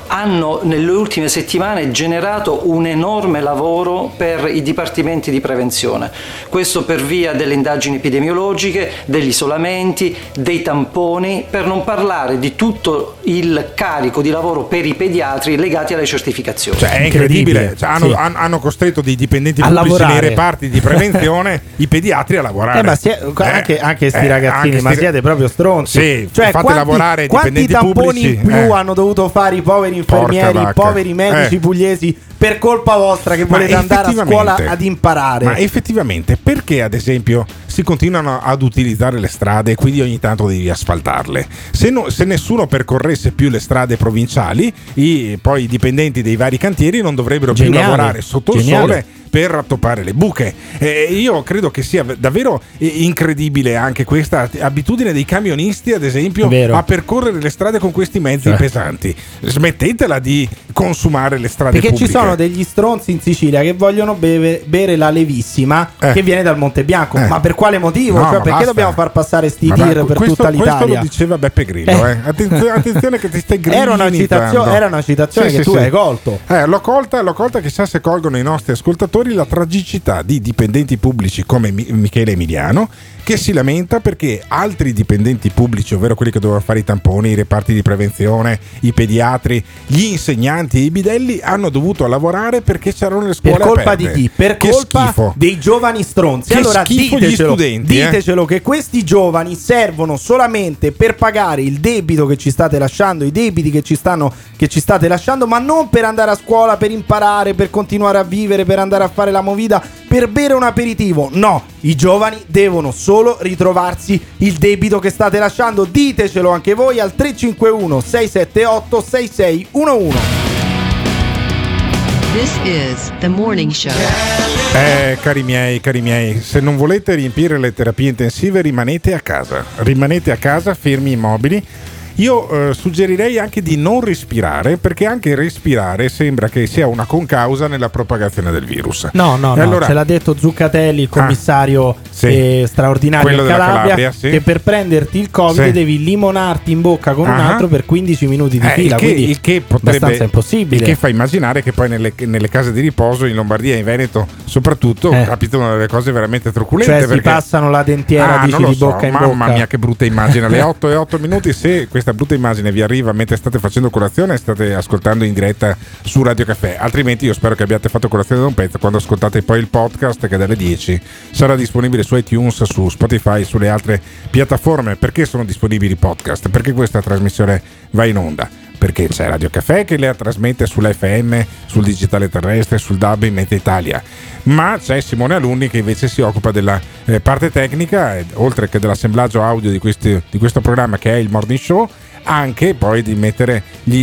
hanno nelle ultime settimane generato un enorme lavoro per i dipartimenti di prevenzione. Questo per via delle indagini epidemiologiche, degli isolamenti, dei tamponi, per non parlare di tutto il carico di lavoro per i pediatri legati alle certificazioni. Cioè, è incredibile. Cioè, hanno costretto dei dipendenti pubblici nei reparti di prevenzione i pediatri a lavorare. Ma anche sti ragazzini, ma siete proprio stronzi. Sì, cioè, fate lavorare i dipendenti quanti tamponi pubblici in più hanno dovuto fare i poveri infermieri, i poveri medici pugliesi per colpa vostra che volete andare a scuola ad imparare? Ma effettivamente, perché ad esempio si continuano ad utilizzare le strade e quindi ogni tanto devi asfaltarle? Se nessuno percorresse più le strade provinciali, poi i dipendenti dei vari cantieri non dovrebbero più lavorare sotto il sole per rattoppare le buche. Io credo che sia davvero incredibile anche questa abitudine dei camionisti, ad esempio, a percorrere le strade con questi mezzi pesanti. Smettetela di consumare le strade perché pubbliche. Ci sono degli stronzi in Sicilia che vogliono bere la Levissima che viene dal Monte Bianco. Ma per quale motivo? No, perché dobbiamo far passare sti tir per tutta l'Italia? Questo lo diceva Beppe Grillo. Attenzione che ti stai grillinizzando. Era una citazione che tu hai colto. L'ho colta, chissà se colgono i nostri ascoltatori la tragicità di dipendenti pubblici come Michele Emiliano, che si lamenta perché altri dipendenti pubblici, ovvero quelli che dovevano fare i tamponi, i reparti di prevenzione, i pediatri, gli insegnanti e i bidelli, hanno dovuto lavorare perché c'erano le scuole aperte. Per colpa aperte. di chi? Per colpa dei giovani stronzi. Che allora schifo gli studenti, ditecelo che questi giovani servono solamente per pagare il debito che ci state lasciando, i debiti che ci state lasciando, ma non per andare a scuola, per imparare, per continuare a vivere, per andare a fare la movida, per bere un aperitivo. No, i giovani devono solo ritrovarsi il debito che state lasciando. Ditecelo anche voi al 351 678 6611. This is the morning show. Cari miei, se non volete riempire le terapie intensive rimanete a casa, fermi immobili. Io suggerirei anche di non respirare, perché anche respirare sembra che sia una concausa nella propagazione del virus. No, allora, ce l'ha detto Zuccatelli, il commissario straordinario in Calabria, che per prenderti il Covid devi limonarti in bocca con un altro per 15 minuti di fila, quindi il che potrebbe, abbastanza impossibile. Il che fa immaginare che poi nelle case di riposo in Lombardia e in Veneto soprattutto capitano delle cose veramente truculente, cioè si passano la dentiera di bocca in bocca. Mamma mia, che brutta immagine. Alle 8:08 minuti, se questa brutta immagine vi arriva mentre state facendo colazione e state ascoltando in diretta su Radio Caffè, altrimenti io spero che abbiate fatto colazione da un pezzo quando ascoltate poi il podcast, che dalle 10 sarà disponibile su iTunes, su Spotify, sulle altre piattaforme. Perché sono disponibili i podcast? Perché questa trasmissione va in onda? Perché c'è Radio Caffè che le trasmette sull'FM, sul digitale terrestre, sul DAB in Meta Italia, ma c'è Simone Alunni che invece si occupa della parte tecnica, oltre che dell'assemblaggio audio di questo programma che è il Morning Show, anche poi di mettere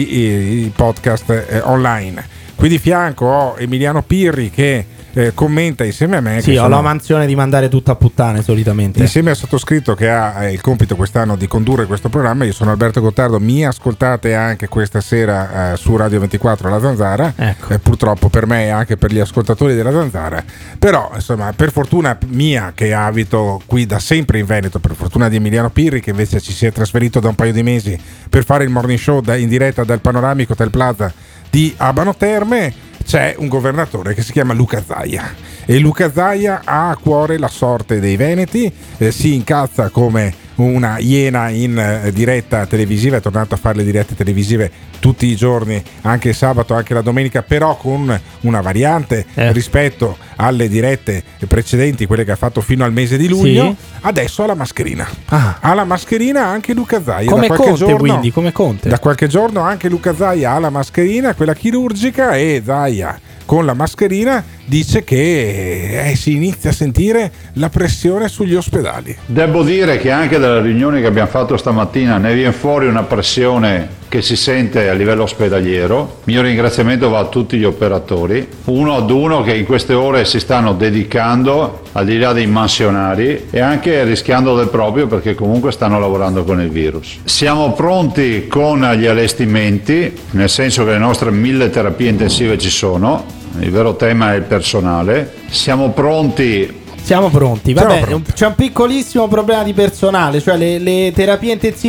i podcast online. Qui di fianco ho Emiliano Pirri che commenta insieme a me. Sì, ho la mansione di mandare tutto a puttane solitamente. Insieme al sottoscritto che ha il compito quest'anno di condurre questo programma. Io sono Alberto Gottardo, mi ascoltate anche questa sera su Radio 24 La Zanzara, ecco. Purtroppo per me e anche per gli ascoltatori della Zanzara, però insomma per fortuna mia che abito qui da sempre in Veneto, per fortuna di Emiliano Pirri che invece ci si è trasferito da un paio di mesi per fare il morning show in diretta dal panoramico Hotel Plaza di Abano Terme, c'è un governatore che si chiama Luca Zaia e Luca Zaia ha a cuore la sorte dei veneti, si incazza come una iena in diretta televisiva, è tornato a fare le dirette televisive tutti i giorni, anche il sabato, anche la domenica, però con una variante rispetto alle dirette precedenti, quelle che ha fatto fino al mese di luglio. Sì. Adesso ha la mascherina. Ha la mascherina anche Luca Zaia. Come Conte, quindi, come Conte. Da qualche giorno anche Luca Zaia ha la mascherina, quella chirurgica, e Zaia con la mascherina dice che si inizia a sentire la pressione sugli ospedali. Devo dire che anche dalla riunione che abbiamo fatto stamattina ne viene fuori una pressione che si sente a livello ospedaliero. Mio ringraziamento va a tutti gli operatori, uno ad uno, che in queste ore si stanno dedicando al di là dei mansionari e anche rischiando del proprio, perché comunque stanno lavorando con il virus. Siamo pronti con gli allestimenti, nel senso che le nostre 1000 terapie intensive ci sono. Il vero tema è il personale. Siamo pronti. Vabbè, c'è un piccolissimo problema di personale, cioè le terapie intensive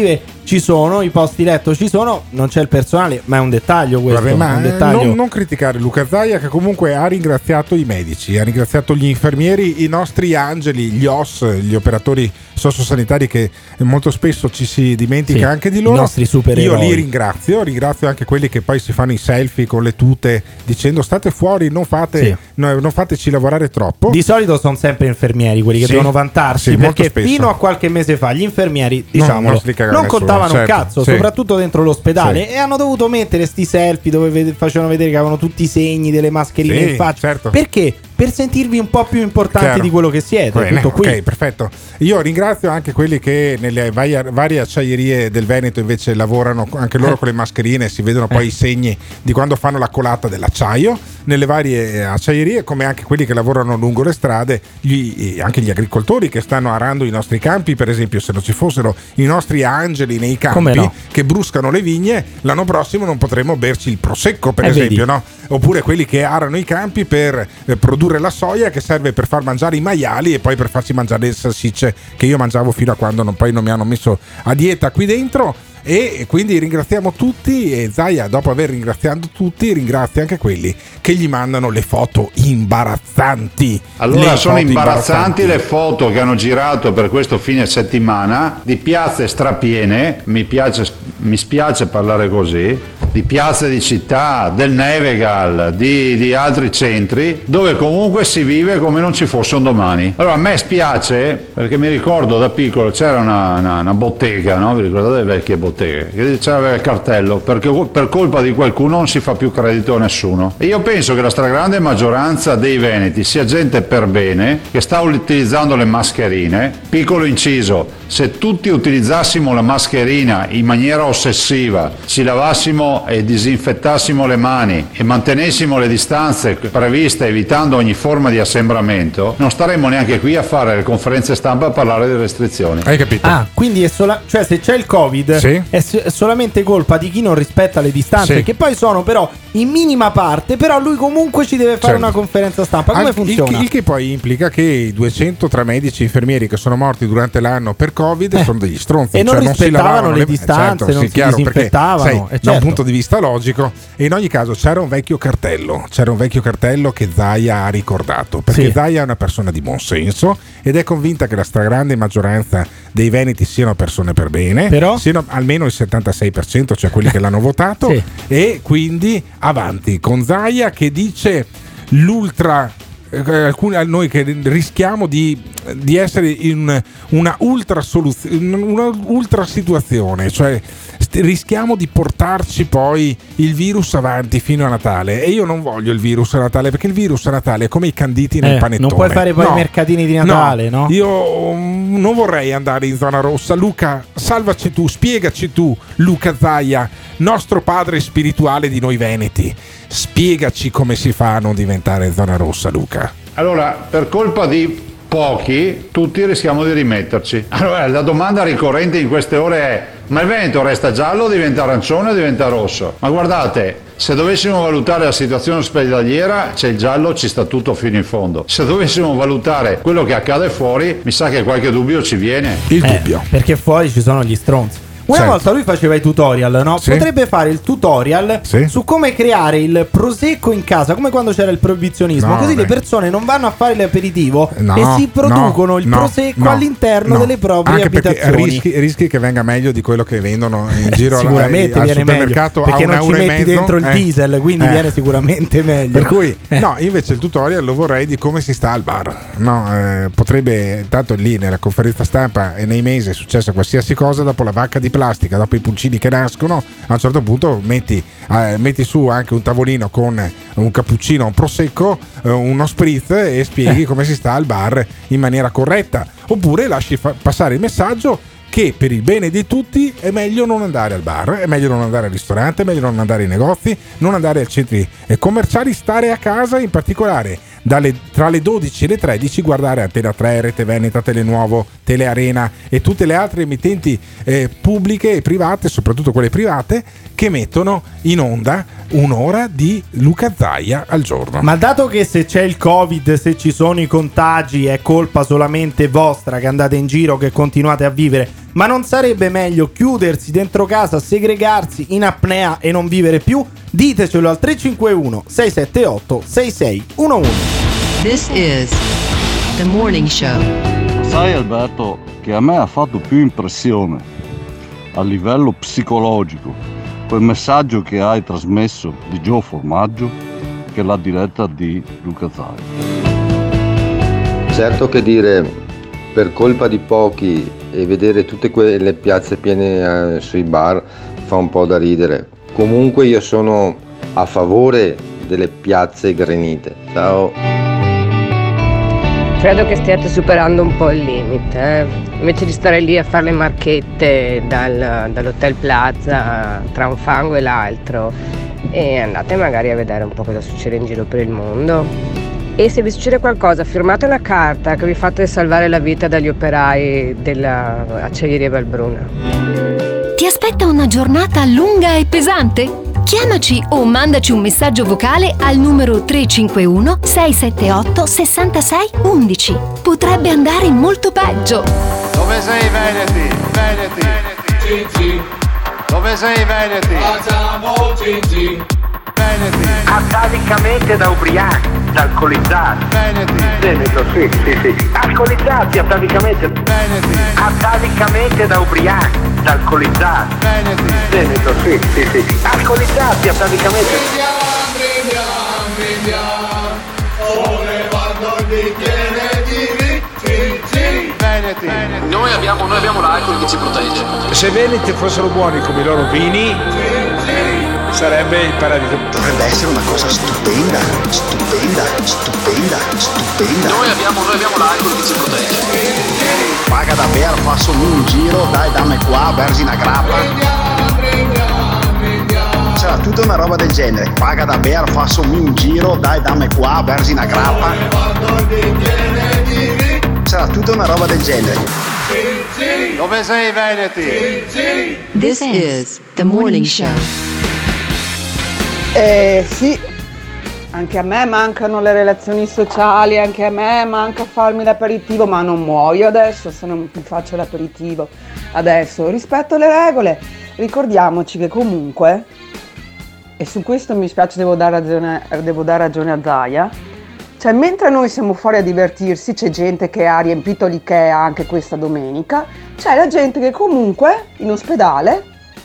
ci sono, i posti letto ci sono, non c'è il personale, ma è un dettaglio questo. Vabbè, ma un dettaglio. Non criticare Luca Zaia, che comunque ha ringraziato i medici, ha ringraziato gli infermieri, i nostri angeli, gli OS, gli operatori sociosanitari, che molto spesso ci si dimentica anche di loro. I nostri supereroi. Io li ringrazio anche quelli che poi si fanno i selfie con le tute dicendo state fuori, non fateci lavorare troppo. Di solito sono sempre infermieri quelli che devono vantarsi, perché fino a qualche mese fa gli infermieri, diciamolo, non contavano un cazzo, soprattutto dentro l'ospedale, e hanno dovuto mettere sti selfie dove facevano vedere che avevano tutti i segni delle mascherine in faccia. Perché? Per sentirvi un po' più importanti di quello che siete. Tutto qui. Ok, perfetto. Io ringrazio anche quelli che nelle varie acciaierie del Veneto invece lavorano anche loro con le mascherine, si vedono poi i segni di quando fanno la colata dell'acciaio nelle varie acciaierie, come anche quelli che lavorano lungo le strade, anche gli agricoltori che stanno arando i nostri campi. Per esempio, se non ci fossero i nostri angeli nei campi che bruscano le vigne, l'anno prossimo non potremo berci il prosecco, per esempio, no? Oppure quelli che arano i campi per produrre la soia che serve per far mangiare i maiali e poi per farci mangiare le salsicce che io mangiavo fino a quando non mi hanno messo a dieta qui dentro. E quindi ringraziamo tutti, e Zaia, dopo aver ringraziato tutti, ringrazia anche quelli che gli mandano le foto imbarazzanti. Allora, sono imbarazzanti le foto che hanno girato per questo fine settimana di piazze strapiene, mi spiace parlare così, di piazze di città, del Nevegal, di altri centri, dove comunque si vive come non ci fosse un domani. Allora, a me spiace, perché mi ricordo da piccolo c'era una bottega, no? Vi ricordate le vecchie botteghe? Che c'era il cartello, perché per colpa di qualcuno non si fa più credito a nessuno. E io penso che la stragrande maggioranza dei veneti sia gente per bene che sta utilizzando le mascherine. Piccolo inciso: se tutti utilizzassimo la mascherina in maniera ossessiva, ci lavassimo e disinfettassimo le mani e mantenessimo le distanze previste, evitando ogni forma di assembramento, non staremmo neanche qui a fare le conferenze stampa a parlare di restrizioni. Hai capito? Quindi è cioè, se c'è il Covid è solamente colpa di chi non rispetta le distanze, che poi sono però in minima parte, però lui comunque ci deve fare una conferenza stampa. Come funziona? Il che poi implica che i 203 medici e infermieri che sono morti durante l'anno per Covid sono degli stronzi, e non rispettavano le distanze, non si disinfettavano, da un punto di vista logico. E in ogni caso c'era un vecchio cartello che Zaia ha ricordato, perché Zaia è una persona di buon senso ed è convinta che la stragrande maggioranza dei veneti siano persone per bene, siano almeno il 76%, cioè quelli che l'hanno votato, e quindi avanti con Zaia che dice noi che rischiamo di essere in una ultra situazione, cioè rischiamo di portarci poi il virus avanti fino a Natale, e io non voglio il virus a Natale, perché il virus a Natale è come i canditi nel panettone. Non puoi fare poi i mercatini di Natale, no? Io non vorrei andare in zona rossa. Luca, salvaci tu, spiegaci tu, Luca Zaia, nostro padre spirituale di noi veneti, spiegaci come si fa a non diventare zona rossa, Luca. Allora, per colpa di pochi, tutti rischiamo di rimetterci. Allora, la domanda ricorrente in queste ore è: ma il Veneto resta giallo, diventa arancione o diventa rosso? Ma guardate, se dovessimo valutare la situazione ospedaliera, c'è il giallo, ci sta tutto fino in fondo. Se dovessimo valutare quello che accade fuori, mi sa che qualche dubbio ci viene. Il dubbio. Perché fuori ci sono gli stronzi. Una volta lui faceva i tutorial, no? Potrebbe fare il tutorial su come creare il prosecco in casa, come quando c'era il proibizionismo, così le persone non vanno a fare l'aperitivo e si producono il prosecco all'interno delle proprie abitazioni. Rischi che venga meglio di quello che vendono in giro sicuramente al viene supermercato, meglio, perché a non ci metti dentro il diesel, quindi viene sicuramente meglio. Per cui invece il tutorial lo vorrei di come si sta al bar. Potrebbe, tanto lì nella conferenza stampa e nei mesi è successa qualsiasi cosa, dopo la vacca di plastica, dopo i pulcini che nascono, a un certo punto metti su anche un tavolino con un cappuccino, un prosecco, uno spritz, e spieghi come si sta al bar in maniera corretta. Oppure lasci passare il messaggio che per il bene di tutti è meglio non andare al bar, è meglio non andare al ristorante, è meglio non andare ai negozi, non andare ai centri commerciali, stare a casa, in particolare tra le 12 e le 13 guardare Antena 3, Rete Veneta, Telenuovo, Telearena e tutte le altre emittenti pubbliche e private, soprattutto quelle private, che mettono in onda un'ora di Luca Zaia al giorno. Ma dato che se c'è il Covid, se ci sono i contagi, è colpa solamente vostra che andate in giro, che continuate a vivere, ma non sarebbe meglio chiudersi dentro casa, segregarsi in apnea e non vivere più? Ditecelo al 351 678 6611. This is The Morning Show. Sai Alberto che a me ha fatto più impressione a livello psicologico quel messaggio che hai trasmesso di Gio Formaggio che la diretta di Luca Zaia. Certo che dire per colpa di pochi e vedere tutte quelle piazze piene sui bar fa un po' da ridere. Comunque io sono a favore delle piazze granite. Ciao. Credo che stiate superando un po' il limite. Invece di stare lì a fare le marchette dall'Hotel Plaza tra un fango e l'altro, e andate magari a vedere un po' cosa succede in giro per il mondo. E se vi succede qualcosa, firmate una carta che vi fate salvare la vita dagli operai della acciaieria Valbruna. Ti aspetta una giornata lunga e pesante? Chiamaci o mandaci un messaggio vocale al numero 351 678 66 11. Potrebbe andare molto peggio. Dove sei Veneti? Veneti. Gigi. Dove sei Veneti? Facciamo Gigi. Veneti. Atavicamente da ubriachi, da alcolizzati. Veneti. Veneto, sì. Alcolizzati atavicamente. Veneti. Atavicamente da ubriachi, da alcolizzati. Veneti. Veneto, sì. Alcolizzati atavicamente. Brindiamo. Sollevando il bicchiere di Gigi. Veneti. Noi abbiamo l'alcol che ci protegge. Se Veneti fossero buoni come i loro vini, sarebbe il paradiso. Dovrebbe essere una cosa stupenda. Noi abbiamo l'alcol che ci protegge. Paga da bere, fassami un giro, dai dammi qua, versi una grappa. C'era tutta una roba del genere. Paga da bere, fassami un giro, dai dammi qua, versi una grappa. C'era tutta una roba del genere. Dove sei Veneti? This is The Morning Show. Sì, anche a me mancano le relazioni sociali, anche a me manca farmi l'aperitivo, ma non muoio adesso se non mi faccio l'aperitivo. Adesso, rispetto alle regole, ricordiamoci che comunque, e su questo mi spiace, devo dare ragione a Zaia, cioè mentre noi siamo fuori a divertirsi, c'è gente che ha riempito l'Ikea anche questa domenica, c'è la gente che comunque in ospedale,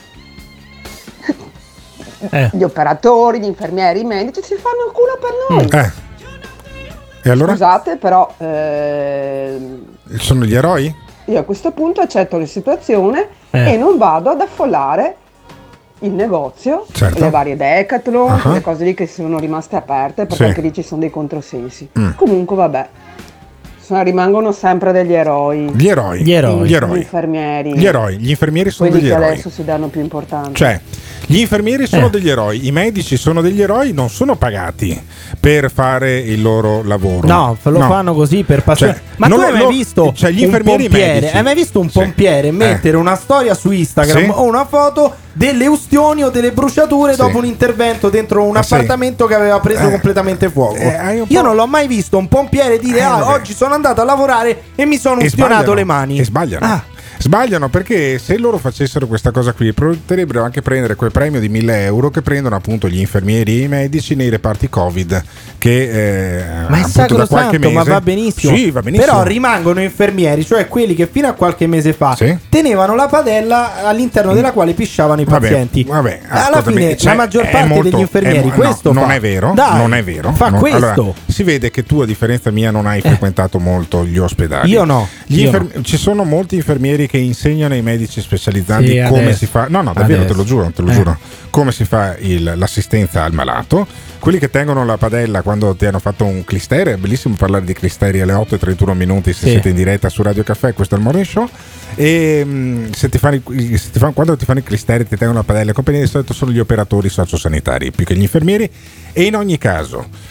gli operatori, gli infermieri, i medici si fanno il culo per noi. E allora? Scusate, però sono gli eroi? Io a questo punto accetto la situazione e non vado ad affollare il negozio, le varie Decathlon, le cose lì che sono rimaste aperte, perché anche lì ci sono dei controsensi. Comunque vabbè, rimangono sempre degli eroi. Gli eroi. Gli infermieri. Gli infermieri sono quelli degli che eroi. adesso si danno più importanza. Cioè, gli infermieri sono degli eroi, i medici sono degli eroi, non sono pagati per fare il loro lavoro. No, lo fanno così per passare. Cioè, ma tu hai mai visto gli infermieri medici? Hai mai visto un pompiere mettere una storia su Instagram o una foto delle ustioni o delle bruciature dopo un intervento dentro un appartamento che aveva preso completamente fuoco? Io non l'ho mai visto un pompiere dire oggi sono andato a lavorare e mi sono ustionato le mani. E sbagliano. Sbagliano, perché se loro facessero questa cosa qui potrebbero anche prendere quel premio di 1.000 euro che prendono appunto gli infermieri e i medici nei reparti Covid, che ma è sacrosanto, ma va benissimo. Sì, va benissimo. Però rimangono infermieri, cioè quelli che fino a qualche mese fa tenevano la padella all'interno della quale pisciavano i pazienti. Alla fine la maggior parte degli infermieri questo non fa. è vero. Dai, non è vero. Fa questo. Allora, si vede che tu, a differenza mia, non hai frequentato molto gli ospedali. Io no. Ci sono molti infermieri che insegnano ai medici specializzati come si fa. No, davvero, te lo giuro. Come si fa l'assistenza al malato. Quelli che tengono la padella quando ti hanno fatto un clistere. È bellissimo parlare di clisteri alle 8:31 minuti se siete in diretta su Radio Caffè. Questo è il Morning Show. E quando ti fanno i clisteri, ti tengono la padella e compagnia, di solito sono gli operatori sociosanitari più che gli infermieri. E in ogni caso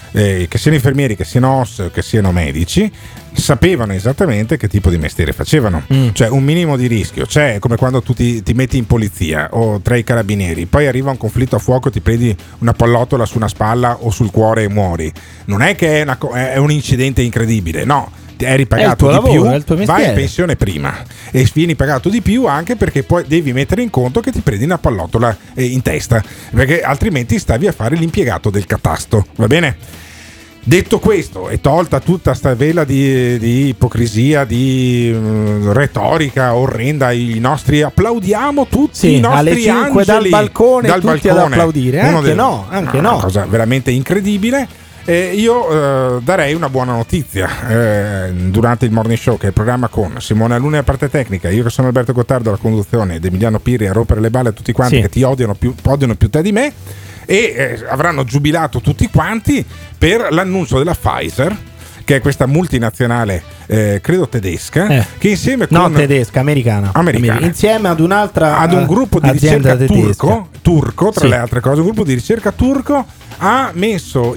che siano infermieri, che siano OSS, che siano medici, sapevano esattamente che tipo di mestiere facevano. Cioè un minimo di rischio, cioè come quando tu ti metti in polizia o tra i carabinieri, poi arriva un conflitto a fuoco, ti prendi una pallottola su una spalla o sul cuore e muori. Non è che è un incidente incredibile, no, eri pagato di più, vai in pensione prima e vieni pagato di più anche perché poi devi mettere in conto che ti prendi una pallottola in testa, perché altrimenti stavi a fare l'impiegato del catasto, va bene? Detto questo, e tolta tutta sta vela di ipocrisia, di retorica orrenda, i nostri applaudiamo tutti, i nostri alle 5 angeli dal balcone tutti ad applaudire, anche no. Una cosa veramente incredibile. Io darei una buona notizia durante il Morning Show, che è il programma con Simone Alunni a parte tecnica, io che sono Alberto Gottardo alla conduzione, ed Emiliano Pirri a rompere le balle a tutti quanti che ti odiano più te di me, e avranno giubilato tutti quanti per l'annuncio della Pfizer, che è questa multinazionale credo tedesca, che insieme con tedesca, americana, insieme ad un gruppo di ricerca turco tra le altre cose, un gruppo di ricerca turco ha messo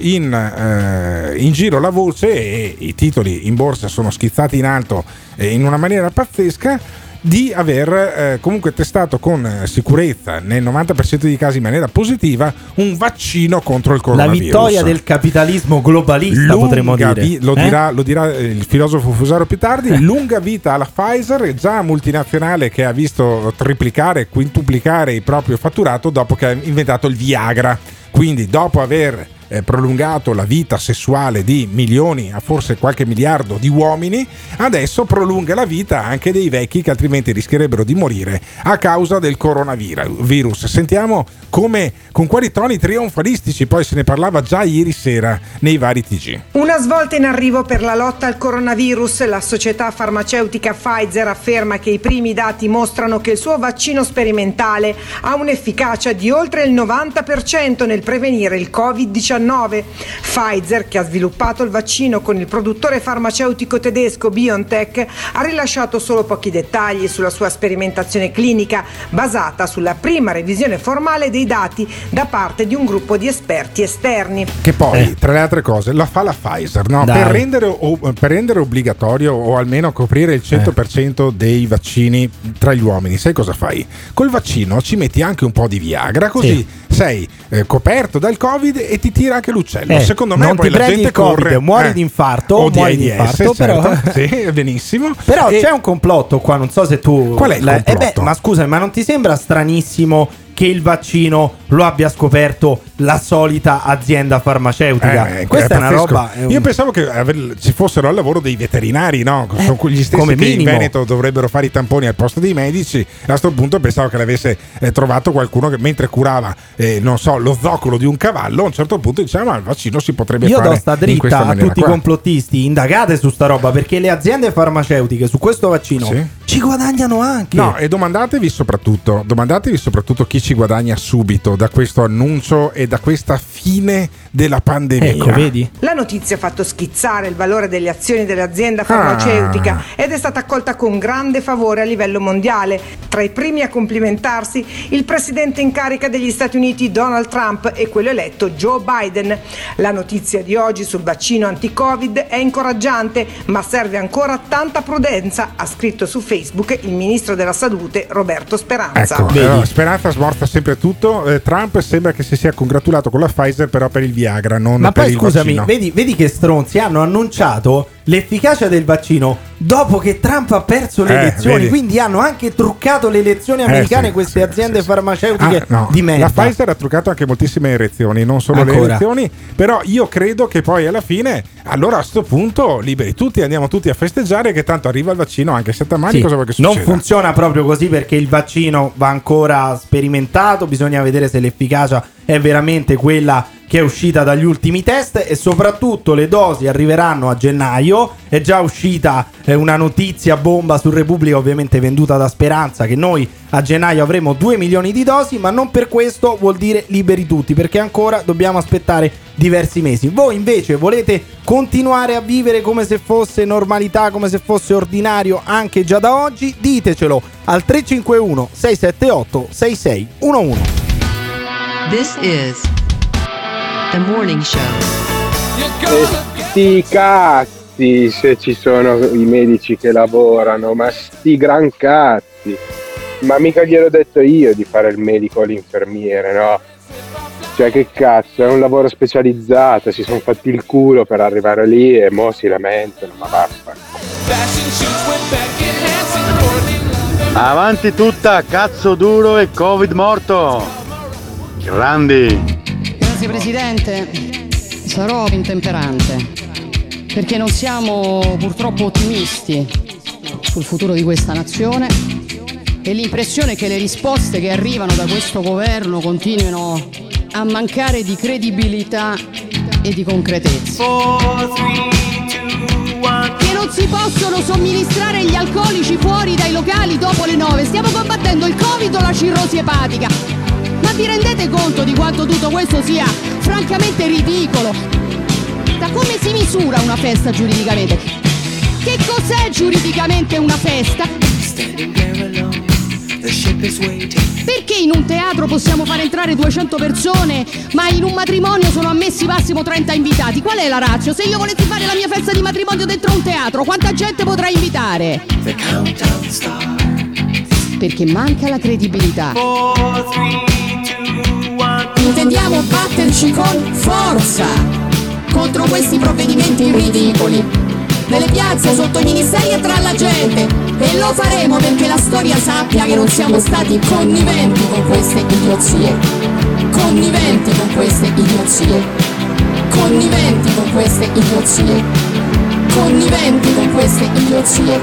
in giro la voce, e i titoli in borsa sono schizzati in alto in una maniera pazzesca, di aver comunque testato con sicurezza nel 90% dei casi in maniera positiva un vaccino contro il coronavirus. La vittoria del capitalismo globalista, potremmo dire. Lo dirà il filosofo Fusaro più tardi. Lunga vita alla Pfizer, già multinazionale che ha visto triplicare, quintuplicare il proprio fatturato dopo che ha inventato il Viagra. Quindi dopo aver prolungato la vita sessuale di milioni a forse qualche miliardo di uomini, adesso prolunga la vita anche dei vecchi che altrimenti rischierebbero di morire a causa del coronavirus. Sentiamo con quali toni trionfalistici poi se ne parlava già ieri sera nei vari TG. Una svolta in arrivo per la lotta al coronavirus. La società farmaceutica Pfizer afferma che i primi dati mostrano che il suo vaccino sperimentale ha un'efficacia di oltre il 90% nel prevenire il Covid-19. Pfizer, che ha sviluppato il vaccino con il produttore farmaceutico tedesco BioNTech, ha rilasciato solo pochi dettagli sulla sua sperimentazione clinica, basata sulla prima revisione formale dei dati da parte di un gruppo di esperti esterni. Che poi, tra le altre cose, la fa la Pfizer, no? Per rendere obbligatorio o almeno coprire il 100% dei vaccini tra gli uomini, sai cosa fai? Col vaccino ci metti anche un po' di Viagra, così sei coperto dal Covid e ti tira anche l'uccello. Secondo me non poi ti la prendi gente il COVID, corre, muori di infarto o di muori AIDS, di infarto, certo, però sì, benissimo. Però c'è un complotto qua, non so se tu qual è il complotto? Ma scusami, ma non ti sembra stranissimo che il vaccino lo abbia scoperto la solita azienda farmaceutica? Questa è una roba. Io pensavo che ci fossero al lavoro dei veterinari, no? Sono quegli stessi come che minimo in Veneto dovrebbero fare i tamponi al posto dei medici. A questo punto pensavo che l'avesse trovato qualcuno che mentre curava non so, lo zoccolo di un cavallo, a un certo punto diceva ma il vaccino si potrebbe fare. Io do sta dritta a tutti i complottisti, indagate su sta roba, perché le aziende farmaceutiche su questo vaccino ci guadagnano anche. No, e domandatevi soprattutto chi ci guadagna subito da questo annuncio e da questa fine della pandemia. Ecco, vedi? La notizia ha fatto schizzare il valore delle azioni dell'azienda farmaceutica ed è stata accolta con grande favore a livello mondiale. Tra i primi a complimentarsi il presidente in carica degli Stati Uniti Donald Trump e quello eletto Joe Biden. La notizia di oggi sul vaccino anti-Covid è incoraggiante, ma serve ancora tanta prudenza, ha scritto su Facebook il ministro della salute Roberto Speranza. Ecco, Speranza smorza sempre tutto. Trump sembra che si sia congratulato con la Pfizer però per il Viagra, non ma per poi il scusami, vaccino. vedi che stronzi hanno annunciato l'efficacia del vaccino dopo che Trump ha perso le elezioni, vedi. quindi hanno anche truccato le elezioni americane, queste aziende farmaceutiche di merda. La Pfizer ha truccato anche moltissime elezioni, non solo le elezioni, però io credo che poi alla fine, allora a sto punto liberi tutti, andiamo tutti a festeggiare che tanto arriva il vaccino anche se domani cosa vuoi che succeda? Non funziona proprio così, perché il vaccino va ancora sperimentato, bisogna vedere se l'efficacia è veramente quella che è uscita dagli ultimi test, e soprattutto le dosi arriveranno a gennaio. È già uscita una notizia bomba su Repubblica, ovviamente venduta da Speranza, che noi a gennaio avremo 2 milioni di dosi, ma non per questo vuol dire liberi tutti, perché ancora dobbiamo aspettare diversi mesi. Voi invece volete continuare a vivere come se fosse normalità, come se fosse ordinario anche già da oggi? Ditecelo al 351 678 6611. This is The Morning Show. E sti cazzi se ci sono i medici che lavorano, ma sti gran cazzi. Ma mica gliel'ho detto io di fare il medico o l'infermiere, no? Cioè che cazzo, è un lavoro specializzato, si sono fatti il culo per arrivare lì e mo si lamentano, ma vaffanculo. Avanti tutta, cazzo duro e Covid morto. Grandi. Grazie Presidente, sarò intemperante perché non siamo purtroppo ottimisti sul futuro di questa nazione e l'impressione è che le risposte che arrivano da questo governo continuino a mancare di credibilità e di concretezza. Che non si possono somministrare gli alcolici fuori dai locali dopo le 9. Stiamo combattendo il Covid o la cirrosi epatica. Ma vi rendete conto di quanto tutto questo sia francamente ridicolo? Da come si misura una festa giuridicamente? Che cos'è giuridicamente una festa? Perché in un teatro possiamo far entrare 200 persone, ma in un matrimonio sono ammessi massimo 30 invitati? Qual è la ratio? Se io volessi fare la mia festa di matrimonio dentro un teatro, quanta gente potrà invitare? Perché manca la credibilità. Intendiamo batterci con forza contro questi provvedimenti ridicoli. Nelle piazze, sotto i ministeri e tra la gente. E lo faremo perché la storia sappia che non siamo stati conniventi con queste idiozie. Conniventi con queste idiozie. Conniventi con queste idiozie. Conniventi con queste idiozie.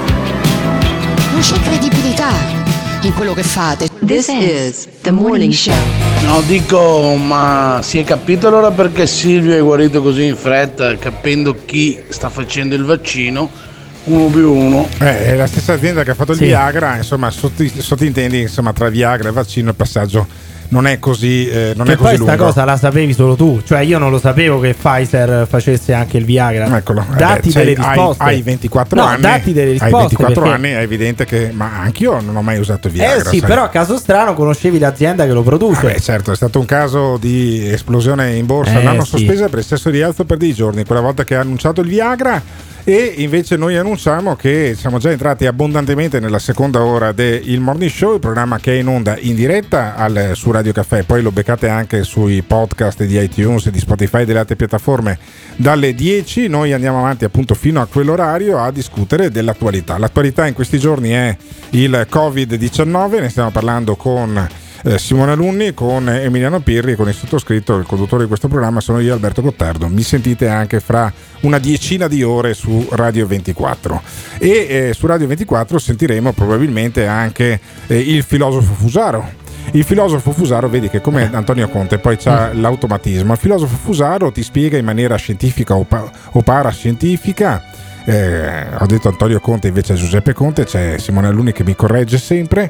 Non c'è credibilità in quello che fate. This is the morning show. No, dico, ma si è capito allora perché Silvio è guarito così in fretta, capendo chi sta facendo il vaccino, 1+1. È la stessa azienda che ha fatto il Viagra, insomma, sottintendi, insomma, tra Viagra e vaccino il passaggio non è così non che è così poi sta cosa la sapevi solo tu, cioè io non lo sapevo che Pfizer facesse anche il Viagra. Eccolo. Dati delle risposte. Hai 24 anni. Dati delle risposte. Hai 24 perché... anni, è evidente che ma anch'io non ho mai usato il Viagra. Sì, sai. Però a caso strano conoscevi l'azienda che lo produce. Certo, è stato un caso di esplosione in borsa, l'hanno sospesa per il stesso rialzo per dei giorni, quella volta che ha annunciato il Viagra. E invece noi annunciamo che siamo già entrati abbondantemente nella seconda ora del Morning Show, il programma che è in onda in diretta su Radio Caffè, poi lo beccate anche sui podcast di iTunes, di Spotify e delle altre piattaforme dalle 10. Noi andiamo avanti appunto fino a quell'orario a discutere dell'attualità. L'attualità in questi giorni è il Covid-19, ne stiamo parlando con Simone Alunni, con Emiliano Pirri, con il sottoscritto, il conduttore di questo programma sono io, Alberto Gottardo. Mi sentite anche fra una decina di ore su Radio 24 e su Radio 24 sentiremo probabilmente anche il filosofo Fusaro. Il filosofo Fusaro, vedi che come Antonio Conte poi c'ha l'automatismo, il filosofo Fusaro ti spiega in maniera scientifica o parascientifica. Ho detto Antonio Conte invece Giuseppe Conte, c'è Simone Alunni che mi corregge sempre.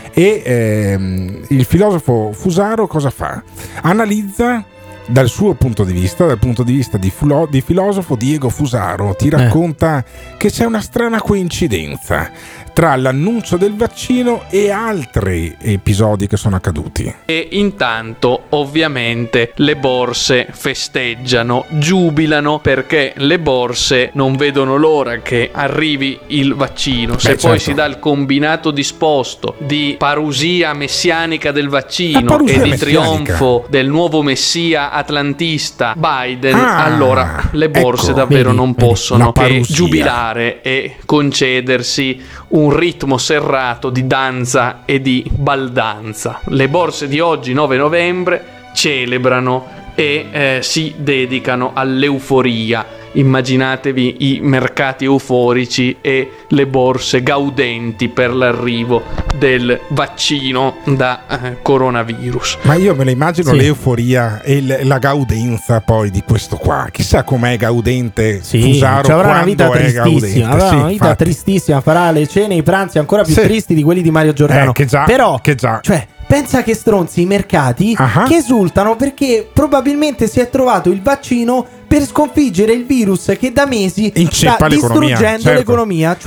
E il filosofo Fusaro cosa fa? Analizza dal suo punto di vista, dal punto di vista di filosofo Diego Fusaro, ti racconta che c'è una strana coincidenza tra l'annuncio del vaccino e altri episodi che sono accaduti. E intanto ovviamente le borse festeggiano, giubilano, perché le borse non vedono l'ora che arrivi il vaccino. Se poi si dà il combinato disposto di parusia messianica del vaccino e di trionfo del nuovo messia atlantista Biden, allora le borse davvero non possono che giubilare e concedersi un ritmo serrato di danza e di baldanza. Le borse di oggi, 9 novembre, celebrano e si dedicano all'euforia. Immaginatevi i mercati euforici e le borse gaudenti per l'arrivo del vaccino da coronavirus. Ma io me la immagino l'euforia e la gaudenza poi di questo qua. Chissà com'è gaudente Fusaro, avrà una vita tristissima, avrà una vita tristissima, farà le cene e i pranzi ancora più tristi di quelli di Mario Giordano. Però cioè, pensa che stronzi i mercati che esultano perché probabilmente si è trovato il vaccino per sconfiggere il virus che da mesi sta distruggendo l'economia. Cioè,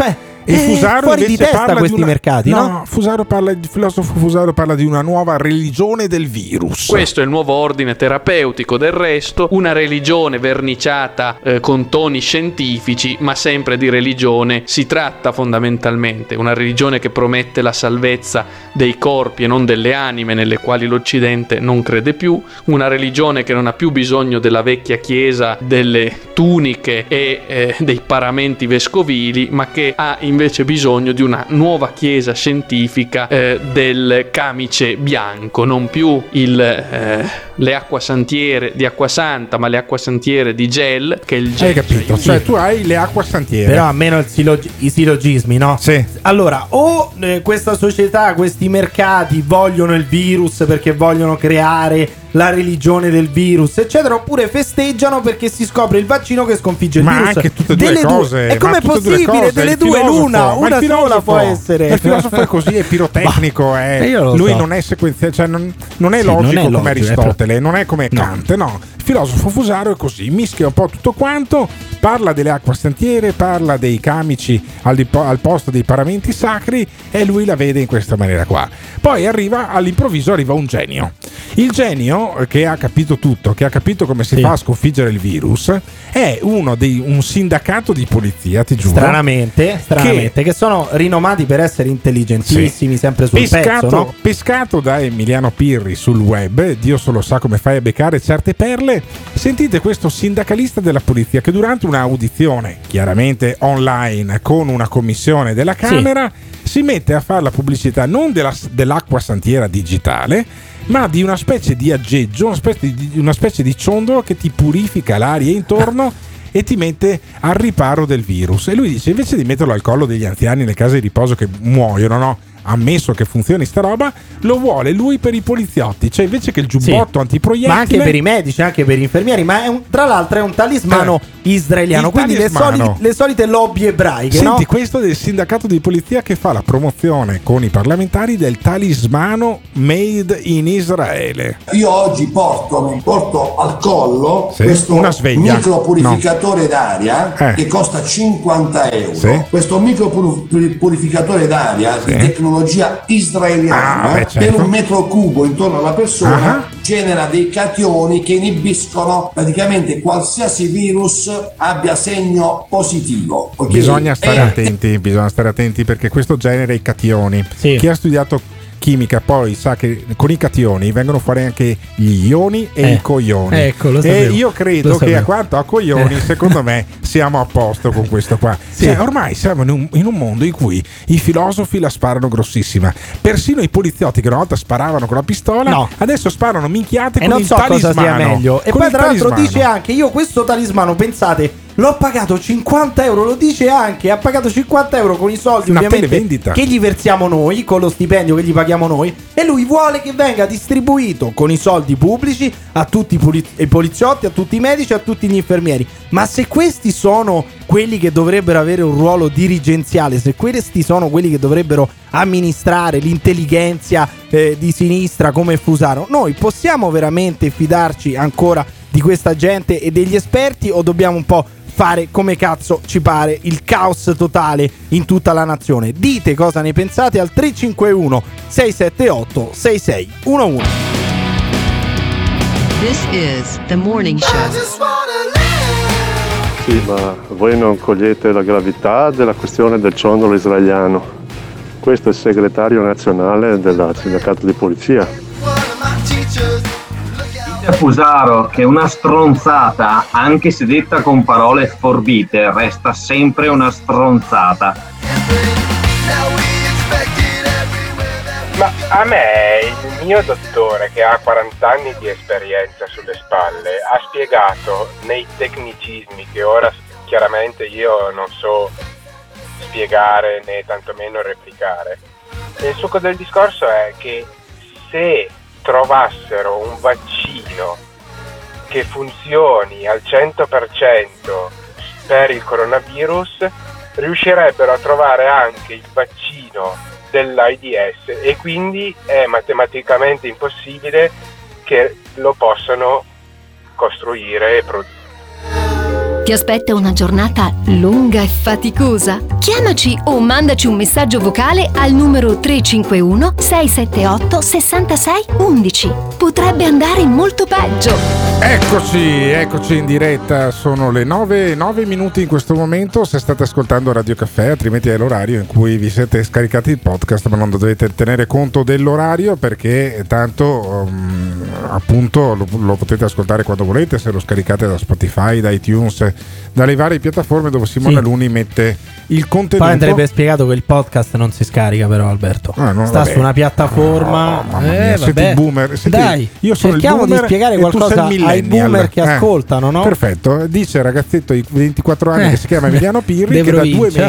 E Fusaro fuori di invece testa parla questi di una... mercati, no? Il filosofo Fusaro parla di una nuova religione del virus. Questo è il nuovo ordine terapeutico, del resto, una religione verniciata con toni scientifici, ma sempre di religione si tratta fondamentalmente. Una religione che promette la salvezza dei corpi e non delle anime, nelle quali l'Occidente non crede più. Una religione che non ha più bisogno della vecchia chiesa, delle tuniche e dei paramenti vescovili, ma che ha invece bisogno di una nuova chiesa scientifica del camice bianco, non più le acquasantiere di Acquasanta, ma le acquasantiere di gel, che è il gel. Hai capito? Cioè tu hai le acquasantiere. Però almeno i sillogismi, no? Sì. Allora, o questa società, questi mercati vogliono il virus perché vogliono creare la religione del virus, eccetera, oppure festeggiano perché si scopre il vaccino che sconfigge il virus. Ma anche tutte e due le cose. E com'è possibile? Delle due l'una? Una sola può essere. Il filosofo è così, è pirotecnico. Lui non è sequenziale, cioè non è logico come Aristotele, non è come Kant, no. Il filosofo Fusaro è così, mischia un po' tutto quanto, parla delle acquasantiere, parla dei camici al posto dei paramenti sacri, e lui la vede in questa maniera qua. Poi all'improvviso arriva un genio. Il genio, che ha capito tutto, che ha capito come si fa a sconfiggere il virus, è un sindacato di polizia, ti giuro. Stranamente, che sono rinomati per essere intelligentissimi, sempre sul pezzo, no? Pescato da Emiliano Pirri sul web, Dio solo sa come fai a beccare certe perle. Sentite questo sindacalista della polizia che durante un'audizione, chiaramente online, con una commissione della Camera, si mette a fare la pubblicità non dell'acquasantiera digitale, ma di una specie di aggeggio, una specie di ciondolo che ti purifica l'aria intorno e ti mette al riparo del virus. E lui dice, invece di metterlo al collo degli anziani nelle case di riposo che muoiono, no? Ammesso che funzioni sta roba, lo vuole lui per i poliziotti, cioè invece che il giubbotto antiproiettile, ma anche per i medici, anche per gli infermieri, ma tra l'altro è un talismano israeliano, quindi le solite lobby ebraiche. Senti, no? Questo del sindacato di polizia che fa la promozione con i parlamentari del talismano made in Israele. Io oggi porto al collo questo micropurificatore d'aria che costa 50 euro. Questo micropurificatore d'aria di tecnologia israeliana per un metro cubo intorno alla persona genera dei cationi che inibiscono praticamente qualsiasi virus abbia segno positivo. Bisogna stare attenti perché questo genera i cationi. Chi ha studiato chimica poi sa che con i cationi vengono fuori anche gli ioni e i coglioni. Ecco, lo sapevo, e io credo che a quanto a coglioni, secondo me siamo a posto con questo qua. Cioè, ormai siamo in un mondo in cui i filosofi la sparano grossissima. Persino i poliziotti che una volta sparavano con la pistola, adesso sparano minchiate con il talismano. Cosa sia meglio. E poi tra l'altro dice anche, io questo talismano, pensate, l'ho pagato 50 euro, lo dice anche, ha pagato 50 euro con i soldi ovviamente che gli versiamo noi, con lo stipendio che gli paghiamo noi, e lui vuole che venga distribuito con i soldi pubblici a tutti i poliziotti, a tutti i medici, a tutti gli infermieri. Ma se questi sono quelli che dovrebbero avere un ruolo dirigenziale, se questi sono quelli che dovrebbero amministrare l'intelligenza di sinistra come Fusaro, noi possiamo veramente fidarci ancora di questa gente e degli esperti, o dobbiamo un po' fare come cazzo ci pare, il caos totale in tutta la nazione? Dite cosa ne pensate al 351 678 6611. This is the morning show. Sì, ma voi non cogliete la gravità della questione del ciondolo israeliano. Questo è il segretario nazionale del sindacato di polizia. Fusaro che una stronzata, anche se detta con parole forbite, resta sempre una stronzata. Ma a me il mio dottore, che ha 40 anni di esperienza sulle spalle, ha spiegato nei tecnicismi che ora chiaramente io non so spiegare né tantomeno replicare. Il succo del discorso è che se trovassero un vaccino che funzioni al 100% per il coronavirus, riuscirebbero a trovare anche il vaccino dell'AIDS, e quindi è matematicamente impossibile che lo possano costruire e produrre. Ti aspetta una giornata lunga e faticosa? Chiamaci o mandaci un messaggio vocale al numero 351 678 66 11. Potrebbe andare molto peggio. Eccoci in diretta, sono le 9 minuti in questo momento. Se state ascoltando Radio Caffè, altrimenti è l'orario in cui vi siete scaricati il podcast, ma non dovete tenere conto dell'orario perché tanto appunto lo potete ascoltare quando volete, se lo scaricate da Spotify, da iTunes, dalle varie piattaforme dove Simone Alunni mette il contenuto. Poi andrebbe spiegato che il podcast non si scarica, però, Alberto. Sta su una piattaforma. Siete boomer. Dai, io sono cerchiamo il boomer di spiegare qualcosa ai boomer che ascoltano, no? Perfetto. Dice il ragazzetto di 24 anni che si chiama Emiliano Pirri che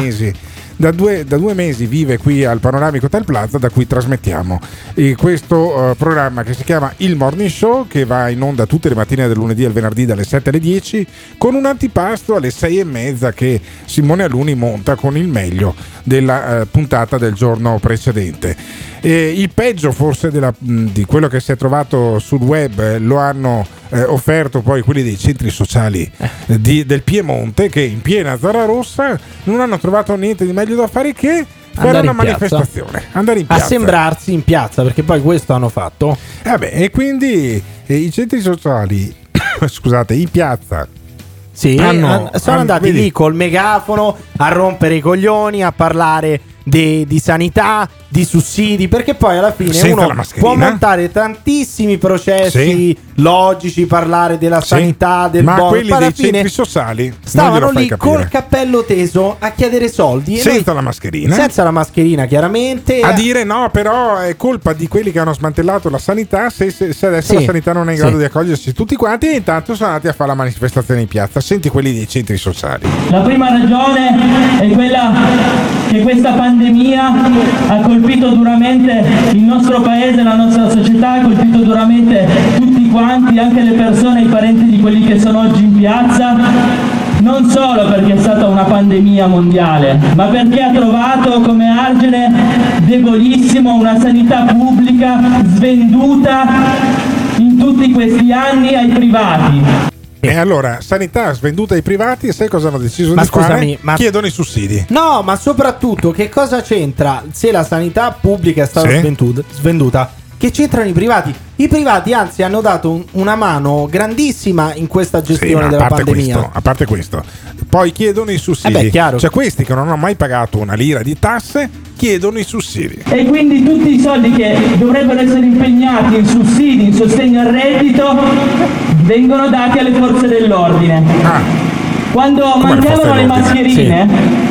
da due mesi vive qui al Panoramico Hotel Plaza, da cui trasmettiamo questo programma che si chiama Il Morning Show, che va in onda tutte le mattine del lunedì al venerdì dalle 7 alle 10, con un antipasto alle 6:30 che Simone Alunni monta con il meglio della puntata del giorno precedente. Il peggio forse di quello che si è trovato sul web lo hanno offerto poi quelli dei centri sociali del Piemonte, che in piena zona rossa non hanno trovato niente di meglio da fare che fare una manifestazione, andare in piazza, assembrarsi in piazza, perché poi questo hanno fatto. E quindi i centri sociali scusate, in piazza sono andati lì col megafono a rompere i coglioni, a parlare di sanità, di sussidi, perché poi alla fine senza uno può montare tantissimi processi logici, parlare della sanità, del ma bonus, quelli dei centri sociali stavano lì col cappello teso a chiedere soldi senza la mascherina chiaramente, a dire no, però è colpa di quelli che hanno smantellato la sanità se adesso la sanità non è in grado di accogliersi tutti quanti, e intanto sono andati a fare la manifestazione in piazza. Senti quelli dei centri sociali. La prima ragione è quella che questa pandemia ha colpito duramente il nostro paese, la nostra società, ha colpito duramente tutti quanti, anche le persone, i parenti di quelli che sono oggi in piazza, non solo perché è stata una pandemia mondiale, ma perché ha trovato come argine debolissimo una sanità pubblica svenduta in tutti questi anni ai privati. E allora, sanità svenduta ai privati, e sai cosa hanno deciso di fare? Chiedono i sussidi. No, ma soprattutto che cosa c'entra se la sanità pubblica è stata svenduta? Che c'entrano i privati? I privati anzi hanno dato una mano grandissima in questa gestione della pandemia. A parte questo, poi chiedono i sussidi. Cioè questi che non hanno mai pagato una lira di tasse chiedono i sussidi. E quindi tutti i soldi che dovrebbero essere impegnati in sussidi, in sostegno al reddito, vengono dati alle forze dell'ordine. Quando mancavano le mascherine,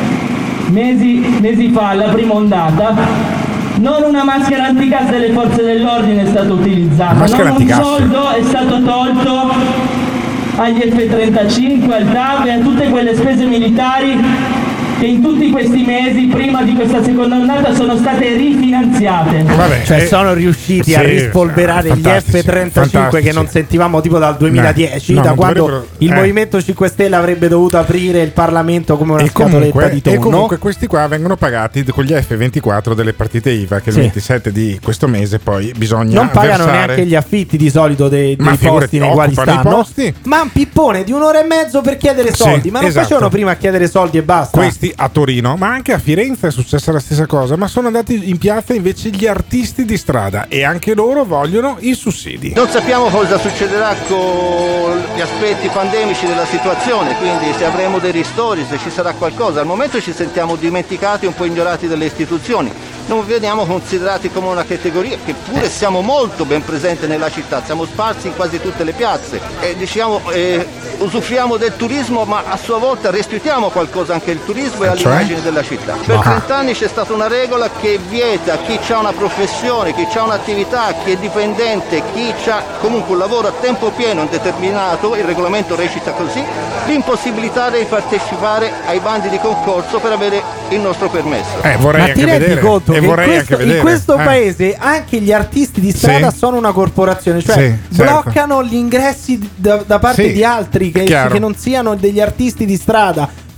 mesi fa, alla prima ondata, non una maschera antigas delle forze dell'ordine è stata utilizzata, non un soldo è stato tolto agli F-35, al TAV e a tutte quelle spese militari che in tutti questi mesi prima di questa seconda ondata sono state rifinanziate. Sono riusciti a rispolverare gli F-35 che non sentivamo tipo dal 2010, da quando il Movimento 5 Stelle avrebbe dovuto aprire il Parlamento come una scatoletta di tonno. E comunque questi qua vengono pagati con gli F-24 delle partite IVA che il 27 di questo mese poi bisogna non pagano versare. Neanche gli affitti di solito dei posti nei quali stanno, ma un pippone di un'ora e mezzo per chiedere soldi, ma non facevano prima a chiedere soldi e basta. Questi a Torino, ma anche a Firenze è successa la stessa cosa, ma sono andati in piazza invece gli artisti di strada e anche loro vogliono i sussidi. Non sappiamo cosa succederà con gli aspetti pandemici della situazione, quindi se avremo dei ristori, se ci sarà qualcosa. Al momento ci sentiamo dimenticati, un po' ignorati dalle istituzioni. Non veniamo considerati come una categoria, che pure siamo molto ben presenti nella città, siamo sparsi in quasi tutte le piazze e usufruiamo del turismo, ma a sua volta restituiamo qualcosa anche al turismo e all'immagine della città. Per 30 anni c'è stata una regola che vieta a chi ha una professione, chi ha un'attività, chi è dipendente, chi ha comunque un lavoro a tempo pieno indeterminato, il regolamento recita così, l'impossibilità di partecipare ai bandi di concorso per avere il nostro permesso. Vorrei anche vedere. Conto in questo paese anche gli artisti di strada sono una corporazione, cioè bloccano gli ingressi da parte di altri che non siano degli artisti di strada,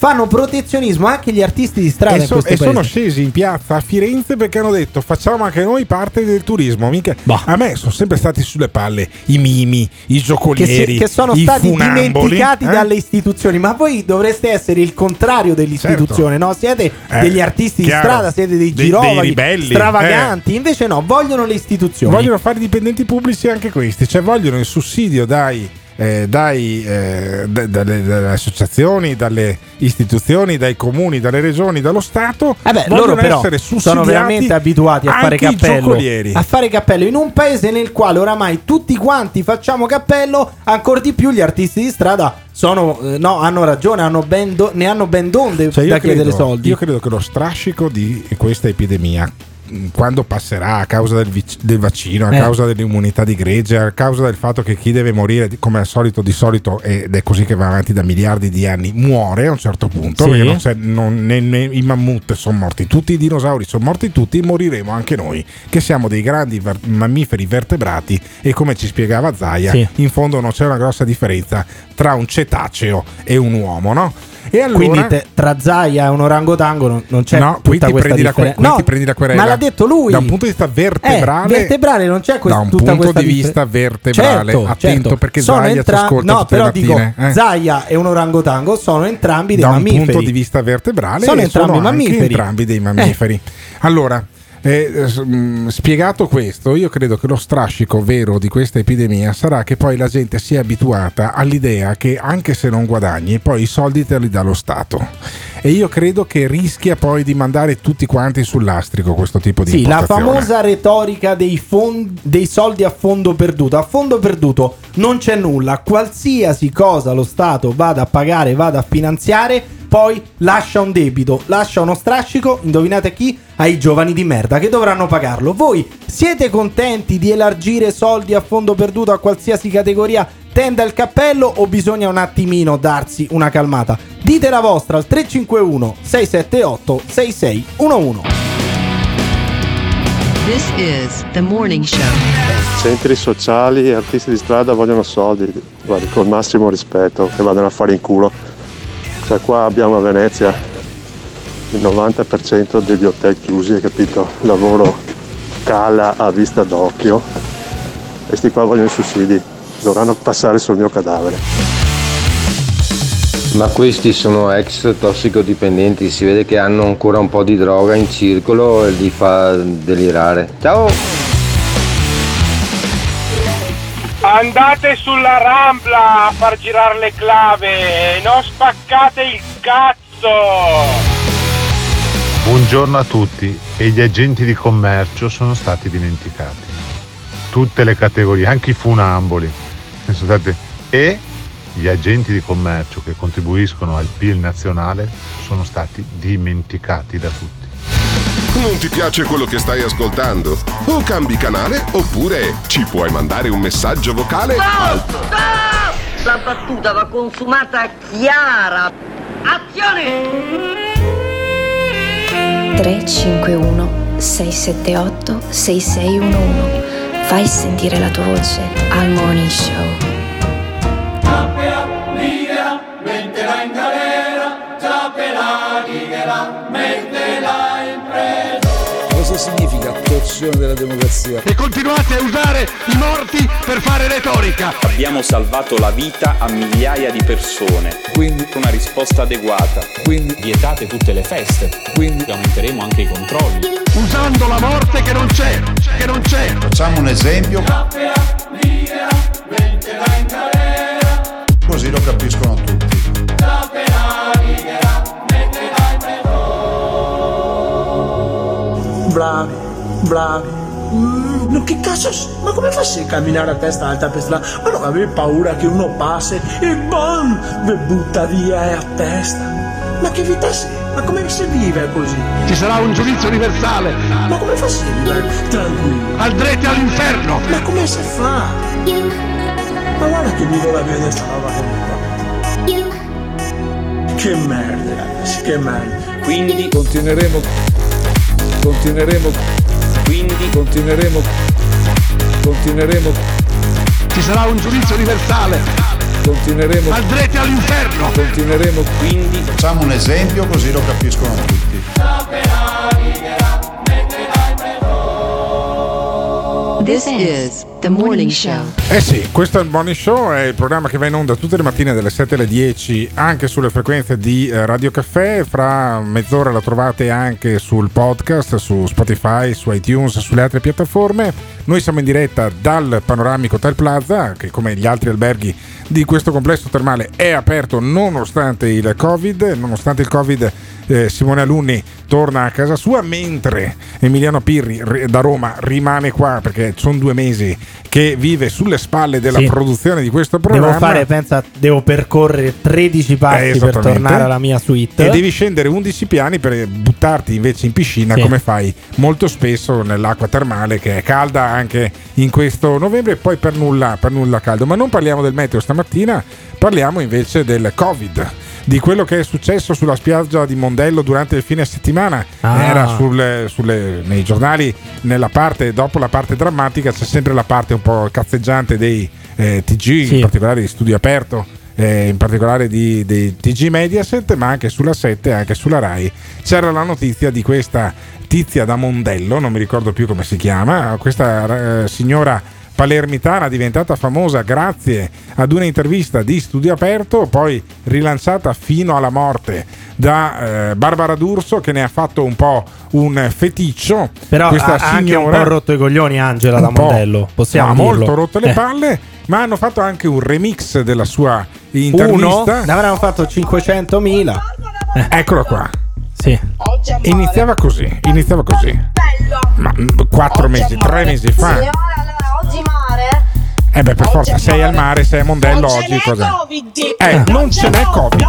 fanno protezionismo anche gli artisti di strada in questo paese. Sono scesi in piazza a Firenze perché hanno detto facciamo anche noi parte del turismo. Mica. A me sono sempre stati sulle palle i mimi, i giocolieri, che sono stati dimenticati dalle istituzioni. Ma voi dovreste essere il contrario dell'istituzione, no? Siete degli artisti di strada, siete dei girovaghi, ribelli, stravaganti. Invece no, vogliono le istituzioni. Vogliono fare dipendenti pubblici anche questi, cioè vogliono il sussidio dalle associazioni, dalle istituzioni, dai comuni, dalle regioni, dallo Stato. Loro però sono veramente abituati a fare cappello, in un paese nel quale oramai tutti quanti facciamo cappello, ancor di più gli artisti di strada hanno ragione, ne hanno ben donde da chiedere soldi. Io credo che lo strascico di questa epidemia, quando passerà, a causa del vaccino, a causa dell'immunità di gregge, a causa del fatto che chi deve morire, come al solito, di solito, ed è così che va avanti da miliardi di anni, muore a un certo punto, perché i mammut sono morti tutti, i dinosauri sono morti tutti, moriremo anche noi, che siamo dei grandi mammiferi vertebrati, e come ci spiegava Zaia, in fondo non c'è una grossa differenza tra un cetaceo e un uomo, no? E allora, quindi tra Zaia e un orangotango non c'è tutta questa differenza. Ti prendi la querela. Ma l'ha detto lui. Da un punto di vista vertebrale non c'è da un punto di vista vertebrale. Attento, perché Zaia ci ascolta tutte le mattine. Zaia e un orangotango sono entrambi dei mammiferi. Da un punto di vista vertebrale sono entrambi dei mammiferi. Allora, spiegato questo, io credo che lo strascico vero di questa epidemia sarà che poi la gente si è abituata all'idea che anche se non guadagni, poi i soldi te li dà lo Stato, e io credo che rischia poi di mandare tutti quanti sul lastrico questo tipo di impostazione. La famosa retorica dei soldi a fondo perduto. A fondo perduto non c'è nulla, qualsiasi cosa lo Stato vada a pagare, vada a finanziare, poi lascia un debito, lascia uno strascico, indovinate chi? Ai giovani di merda che dovranno pagarlo. Voi siete contenti di elargire soldi a fondo perduto a qualsiasi categoria tenda il cappello, o bisogna un attimino darsi una calmata? Dite la vostra al 351 678 6611. This is the morning show. Centri sociali e artisti di strada vogliono soldi, guardi, col massimo rispetto, che vadano a fare in culo. Cioè, qua abbiamo a Venezia il 90% degli hotel chiusi, hai capito? Il lavoro cala a vista d'occhio. Questi qua vogliono i sussidi, dovranno passare sul mio cadavere. Ma questi sono ex tossicodipendenti, si vede che hanno ancora un po' di droga in circolo e li fa delirare. Ciao! Andate sulla Rambla a far girare le clave, non spaccate il cazzo! Buongiorno a tutti. E gli agenti di commercio sono stati dimenticati. Tutte le categorie, anche i funamboli. E gli agenti di commercio che contribuiscono al PIL nazionale sono stati dimenticati da tutti. Non ti piace quello che stai ascoltando? O cambi canale oppure ci puoi mandare un messaggio vocale al... La battuta va consumata chiara. Azione! 351 678 6611. Fai sentire la tua voce al Morning Show. Tappea, Lidia, mettela in galera, tappela, Lidia, mettela in preso. Cosa significa attuazione della democrazia? E continuate a usare i morti per fare retorica. Abbiamo salvato la vita a migliaia di persone. Quindi una risposta adeguata. Quindi vietate tutte le feste. Quindi aumenteremo anche i controlli. Usando la morte che non c'è, che non c'è. Facciamo un esempio. Tappea, Lidia, mettela in galera. Così lo capiscono tutti. Tappela, Lidia, mettela in preso. Bravi, bravi. No, che cazzo? Ma come fai a camminare a testa alta per strada? Ma non avevi paura che uno passi e BAM! Vi butta via a testa. Ma che vita sei? Ma come si vive così? Ci sarà un giudizio universale. Ma come fa a vivere tranquillo? Andrete all'inferno. Ma come si fa? Ma guarda che vivo la vede sta roba che merda, ragazzi, che merda. Quindi continueremo. Ci sarà un giudizio universale. Continueremo. Andrete all'inferno. Continueremo. Quindi facciamo un esempio così lo capiscono tutti. This is The Morning Show. Sì, questo è il Morning Show, è il programma che va in onda tutte le mattine dalle 7 alle 10 anche sulle frequenze di Radio Caffè. Fra mezz'ora la trovate anche sul podcast, su Spotify, su iTunes, sulle altre piattaforme. Noi siamo in diretta dal panoramico Hotel Plaza, che come gli altri alberghi di questo complesso termale è aperto nonostante il Covid. Nonostante il Covid, Simone Alunni torna a casa sua, mentre Emiliano Pirri da Roma rimane qua perché sono 2 mesi che vive sulle spalle della produzione di questo programma. Devo percorrere 13 passi per tornare alla mia suite e devi scendere 11 piani per buttarti invece in piscina, come fai molto spesso nell'acqua termale, che è calda anche in questo novembre, e poi per nulla caldo. Ma non parliamo del meteo stamattina, parliamo invece del Covid, di quello che è successo sulla spiaggia di Mondello durante il fine settimana. Era nei giornali, dopo la parte drammatica c'è sempre la parte un po' cazzeggiante dei TG, in particolare di Studio Aperto, in particolare dei TG Mediaset, ma anche sulla 7 e anche sulla Rai c'era la notizia di questa tizia da Mondello, non mi ricordo più come si chiama, questa signora palermitana diventata famosa grazie ad un'intervista di Studio Aperto, poi rilanciata fino alla morte da Barbara D'Urso, che ne ha fatto un po' un feticcio. Però questa ha anche un po' rotto i coglioni Angela da Mondello, possiamo dirlo. Molto rotto le palle, ma hanno fatto anche un remix della sua intervista. Ne avranno fatto 500.000. Eccolo qua. Sì. Iniziava così. Ma 3 mesi fa. Oggi mare? Per forza, sei al mare, sei a Mondello oggi. Non ce n'è Covid.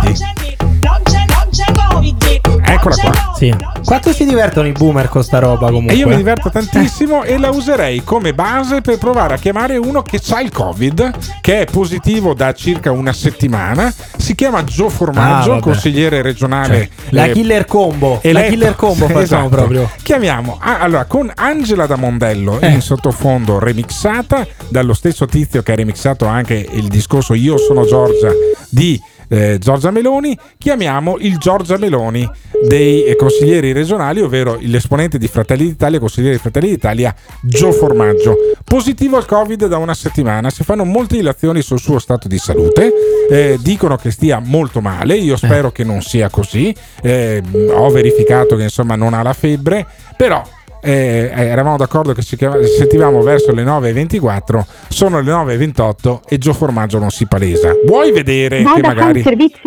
Non c'è Covid. Eccola qua. Sì. Quanto si divertono i boomer con sta roba comunque? E io mi diverto tantissimo e la userei come base per provare a chiamare uno che c'ha il Covid, che è positivo da circa una settimana. Si chiama Gio Formaggio, consigliere regionale. La killer combo. La killer combo facciamo proprio. Chiamiamo allora con Angela da Mondello in sottofondo, remixata dallo stesso tizio che ha remixato anche il discorso Io sono Giorgia di Giorgia Meloni. Chiamiamo il Giorgia Meloni dei consiglieri regionali, ovvero l'esponente di Fratelli d'Italia, consigliere di Fratelli d'Italia, Gio Formaggio. Positivo al Covid da una settimana, si fanno molte dilazioni sul suo stato di salute, dicono che stia molto male, io spero che non sia così, ho verificato che insomma non ha la febbre, però eravamo d'accordo che ci sentivamo verso le 9:24, sono le 9:28 e Gio Formaggio non si palesa. Vuoi vedere che magari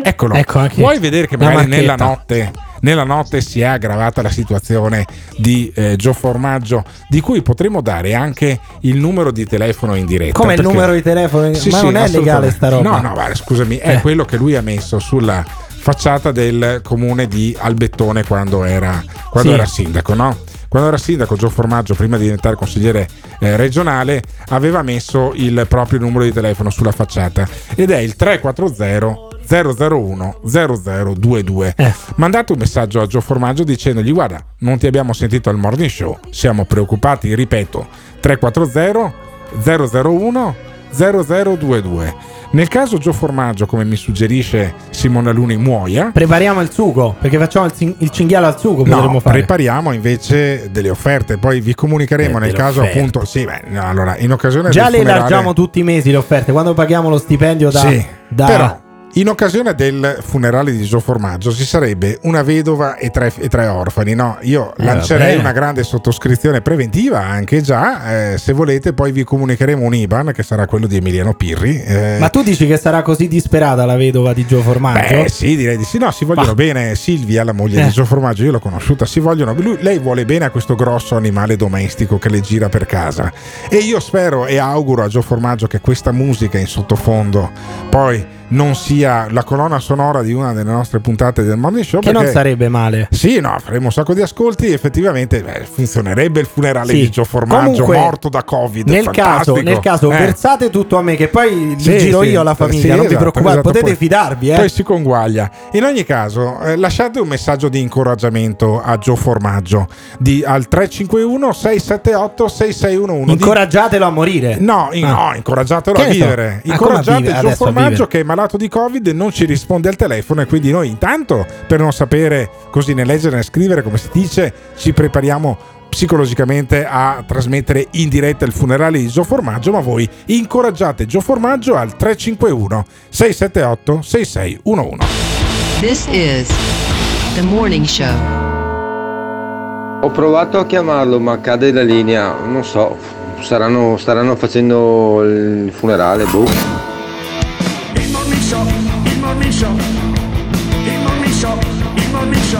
vuoi vedere che magari nella notte si è aggravata la situazione di Gio Formaggio, di cui potremo dare anche il numero di telefono in diretta. Come il numero di telefono? Ma non è legale sta roba? No, guarda, scusami, è quello che lui ha messo sulla facciata del comune di Albettone quando era sindaco, no? Quando era sindaco, Gio Formaggio, prima di diventare consigliere regionale, aveva messo il proprio numero di telefono sulla facciata ed è il 340 001 0022. Mandate un messaggio a Gio Formaggio dicendogli: guarda, non ti abbiamo sentito al Morning Show, siamo preoccupati, ripeto, 340 001 0022. Nel caso Gio Formaggio, come mi suggerisce Simone Alunni, muoia, prepariamo il sugo, perché facciamo il cinghiale al sugo. Potremmo fare. Prepariamo invece delle offerte, poi vi comunicheremo nel caso offerte. Appunto allora in occasione già del le funerale, elargiamo tutti i mesi le offerte quando paghiamo lo stipendio però in occasione del funerale di Gio Formaggio ci sarebbe una vedova e tre orfani, no? Io lancerei una grande sottoscrizione preventiva anche già, se volete poi vi comunicheremo un IBAN che sarà quello di Emiliano Pirri. Ma tu dici che sarà così disperata la vedova di Gio Formaggio? Sì, direi di sì. No, si vogliono bene. Silvia, la moglie di Gio Formaggio, io l'ho conosciuta, lei vuole bene a questo grosso animale domestico che le gira per casa, e io spero e auguro a Gio Formaggio che questa musica in sottofondo poi non sia la colonna sonora di una delle nostre puntate del Morning Show, che non sarebbe male. Sì, no, faremo un sacco di ascolti. Effettivamente funzionerebbe il funerale di Gio Formaggio. Comunque, morto da Covid. Nel caso versate tutto a me, che poi li giro io alla famiglia, non vi preoccupate, potete fidarvi. Poi si conguaglia. In ogni caso, lasciate un messaggio di incoraggiamento a Gio Formaggio al 351 678 6611. Incoraggiatelo a morire. No, incoraggiatelo a vivere. Incoraggiate Gio Formaggio, che è malato di Covid, non ci risponde al telefono, e quindi noi intanto, per non sapere così né leggere né scrivere, come si dice, ci prepariamo psicologicamente a trasmettere in diretta il funerale di Gio Formaggio, ma voi incoraggiate Gio Formaggio al 351 678 6611. This is The Morning Show. Ho provato a chiamarlo, ma cade la linea, non so, staranno facendo il funerale, boh. Il Morning Show, il Morning Show, il Morning Show, il Morning Show.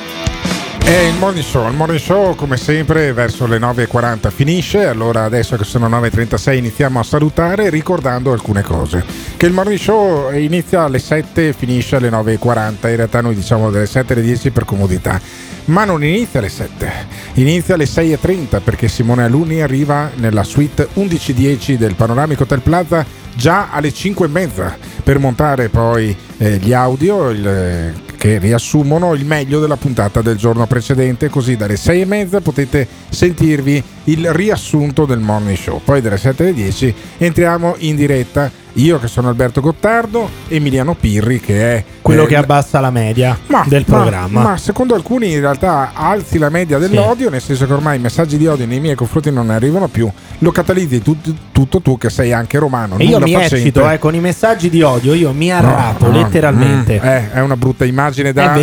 È il Morning Show come sempre verso le 9.40 finisce. Allora adesso che sono 9.36 iniziamo a salutare, ricordando alcune cose. Che il Morning Show inizia alle 7 e finisce alle 9.40. In realtà noi diciamo dalle 7 alle 10 per comodità, ma non inizia alle 7, inizia alle 6.30, perché Simone Alunni arriva nella suite 1110 del Panoramico Hotel Plaza già alle 5.30 per montare poi gli audio che riassumono il meglio della puntata del giorno precedente, così dalle 6.30 potete sentirvi il riassunto del Morning Show. Poi dalle 7 alle 10 entriamo in diretta, io che sono Alberto Gottardo, Emiliano Pirri che è quello che abbassa la media del programma. Ma secondo alcuni in realtà alzi la media dell'odio, nel senso che ormai i messaggi di odio nei miei confronti non ne arrivano più, lo catalizzi tutto tu che sei anche romano. E io mi eccito con i messaggi di odio, io mi arrapo letteralmente. È una brutta immagine da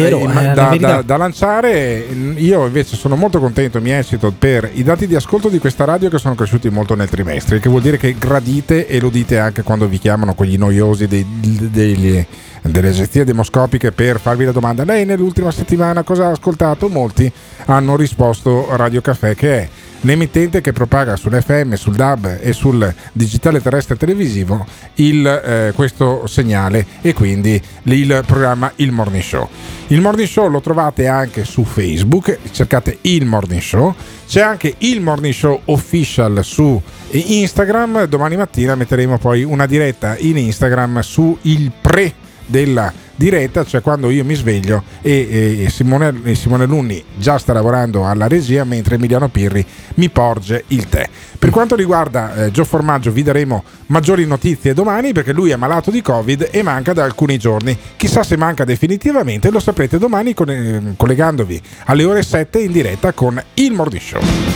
lanciare. Io invece sono molto contento, mi eccito per i dati di ascolto di questa radio che sono cresciuti molto nel trimestre, che vuol dire che gradite e lo dite anche quando vi chiamano quegli noiosi delle agenzie demoscopiche per farvi la domanda: lei nell'ultima settimana cosa ha ascoltato? Molti hanno risposto Radio Caffè, che è l'emittente che propaga sull'FM, sul DAB e sul digitale terrestre televisivo questo segnale, e quindi il programma Il Morning Show. Il Morning Show lo trovate anche su Facebook, cercate Il Morning Show, c'è anche Il Morning Show Official su Instagram. Domani mattina metteremo poi una diretta in Instagram su il pre della diretta, cioè quando io mi sveglio e Simone Alunni già sta lavorando alla regia, mentre Emiliano Pirri mi porge il tè. Per quanto riguarda Gio Formaggio vi daremo maggiori notizie domani, perché lui è malato di Covid e manca da alcuni giorni. Chissà se manca definitivamente, lo saprete domani collegandovi alle ore 7 in diretta con Il Morning Show.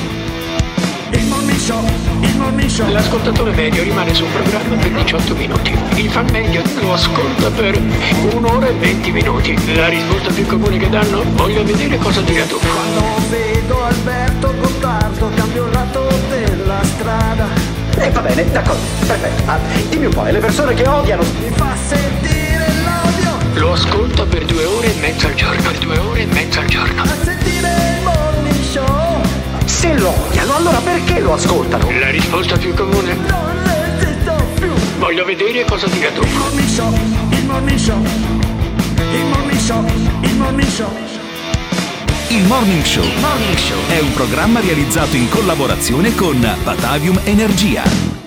Il Morning Show, il Morning Show. L'ascoltatore medio rimane sul programma per 18 minuti. Il fan medio lo ascolta per 1 ora e 20 minuti. La risposta più comune che danno: voglio vedere cosa dirà tu. Quando vedo Alberto Gottardo cambio il lato della strada. Va bene, d'accordo, perfetto. Dimmi un po', le persone che odiano mi fa sentire l'odio. Lo ascolta per 2 ore e mezza al giorno. Per 2 ore e mezza al giorno. A sentire il Morning Show. Se lo odiano, allora perché lo ascoltano? La risposta più comune: non esisto più. Voglio vedere cosa dirà tu. Il Morning Show, il Morning Show, il Morning Show, il Morning Show. Il Morning Show è un programma realizzato in collaborazione con Batavium Energia.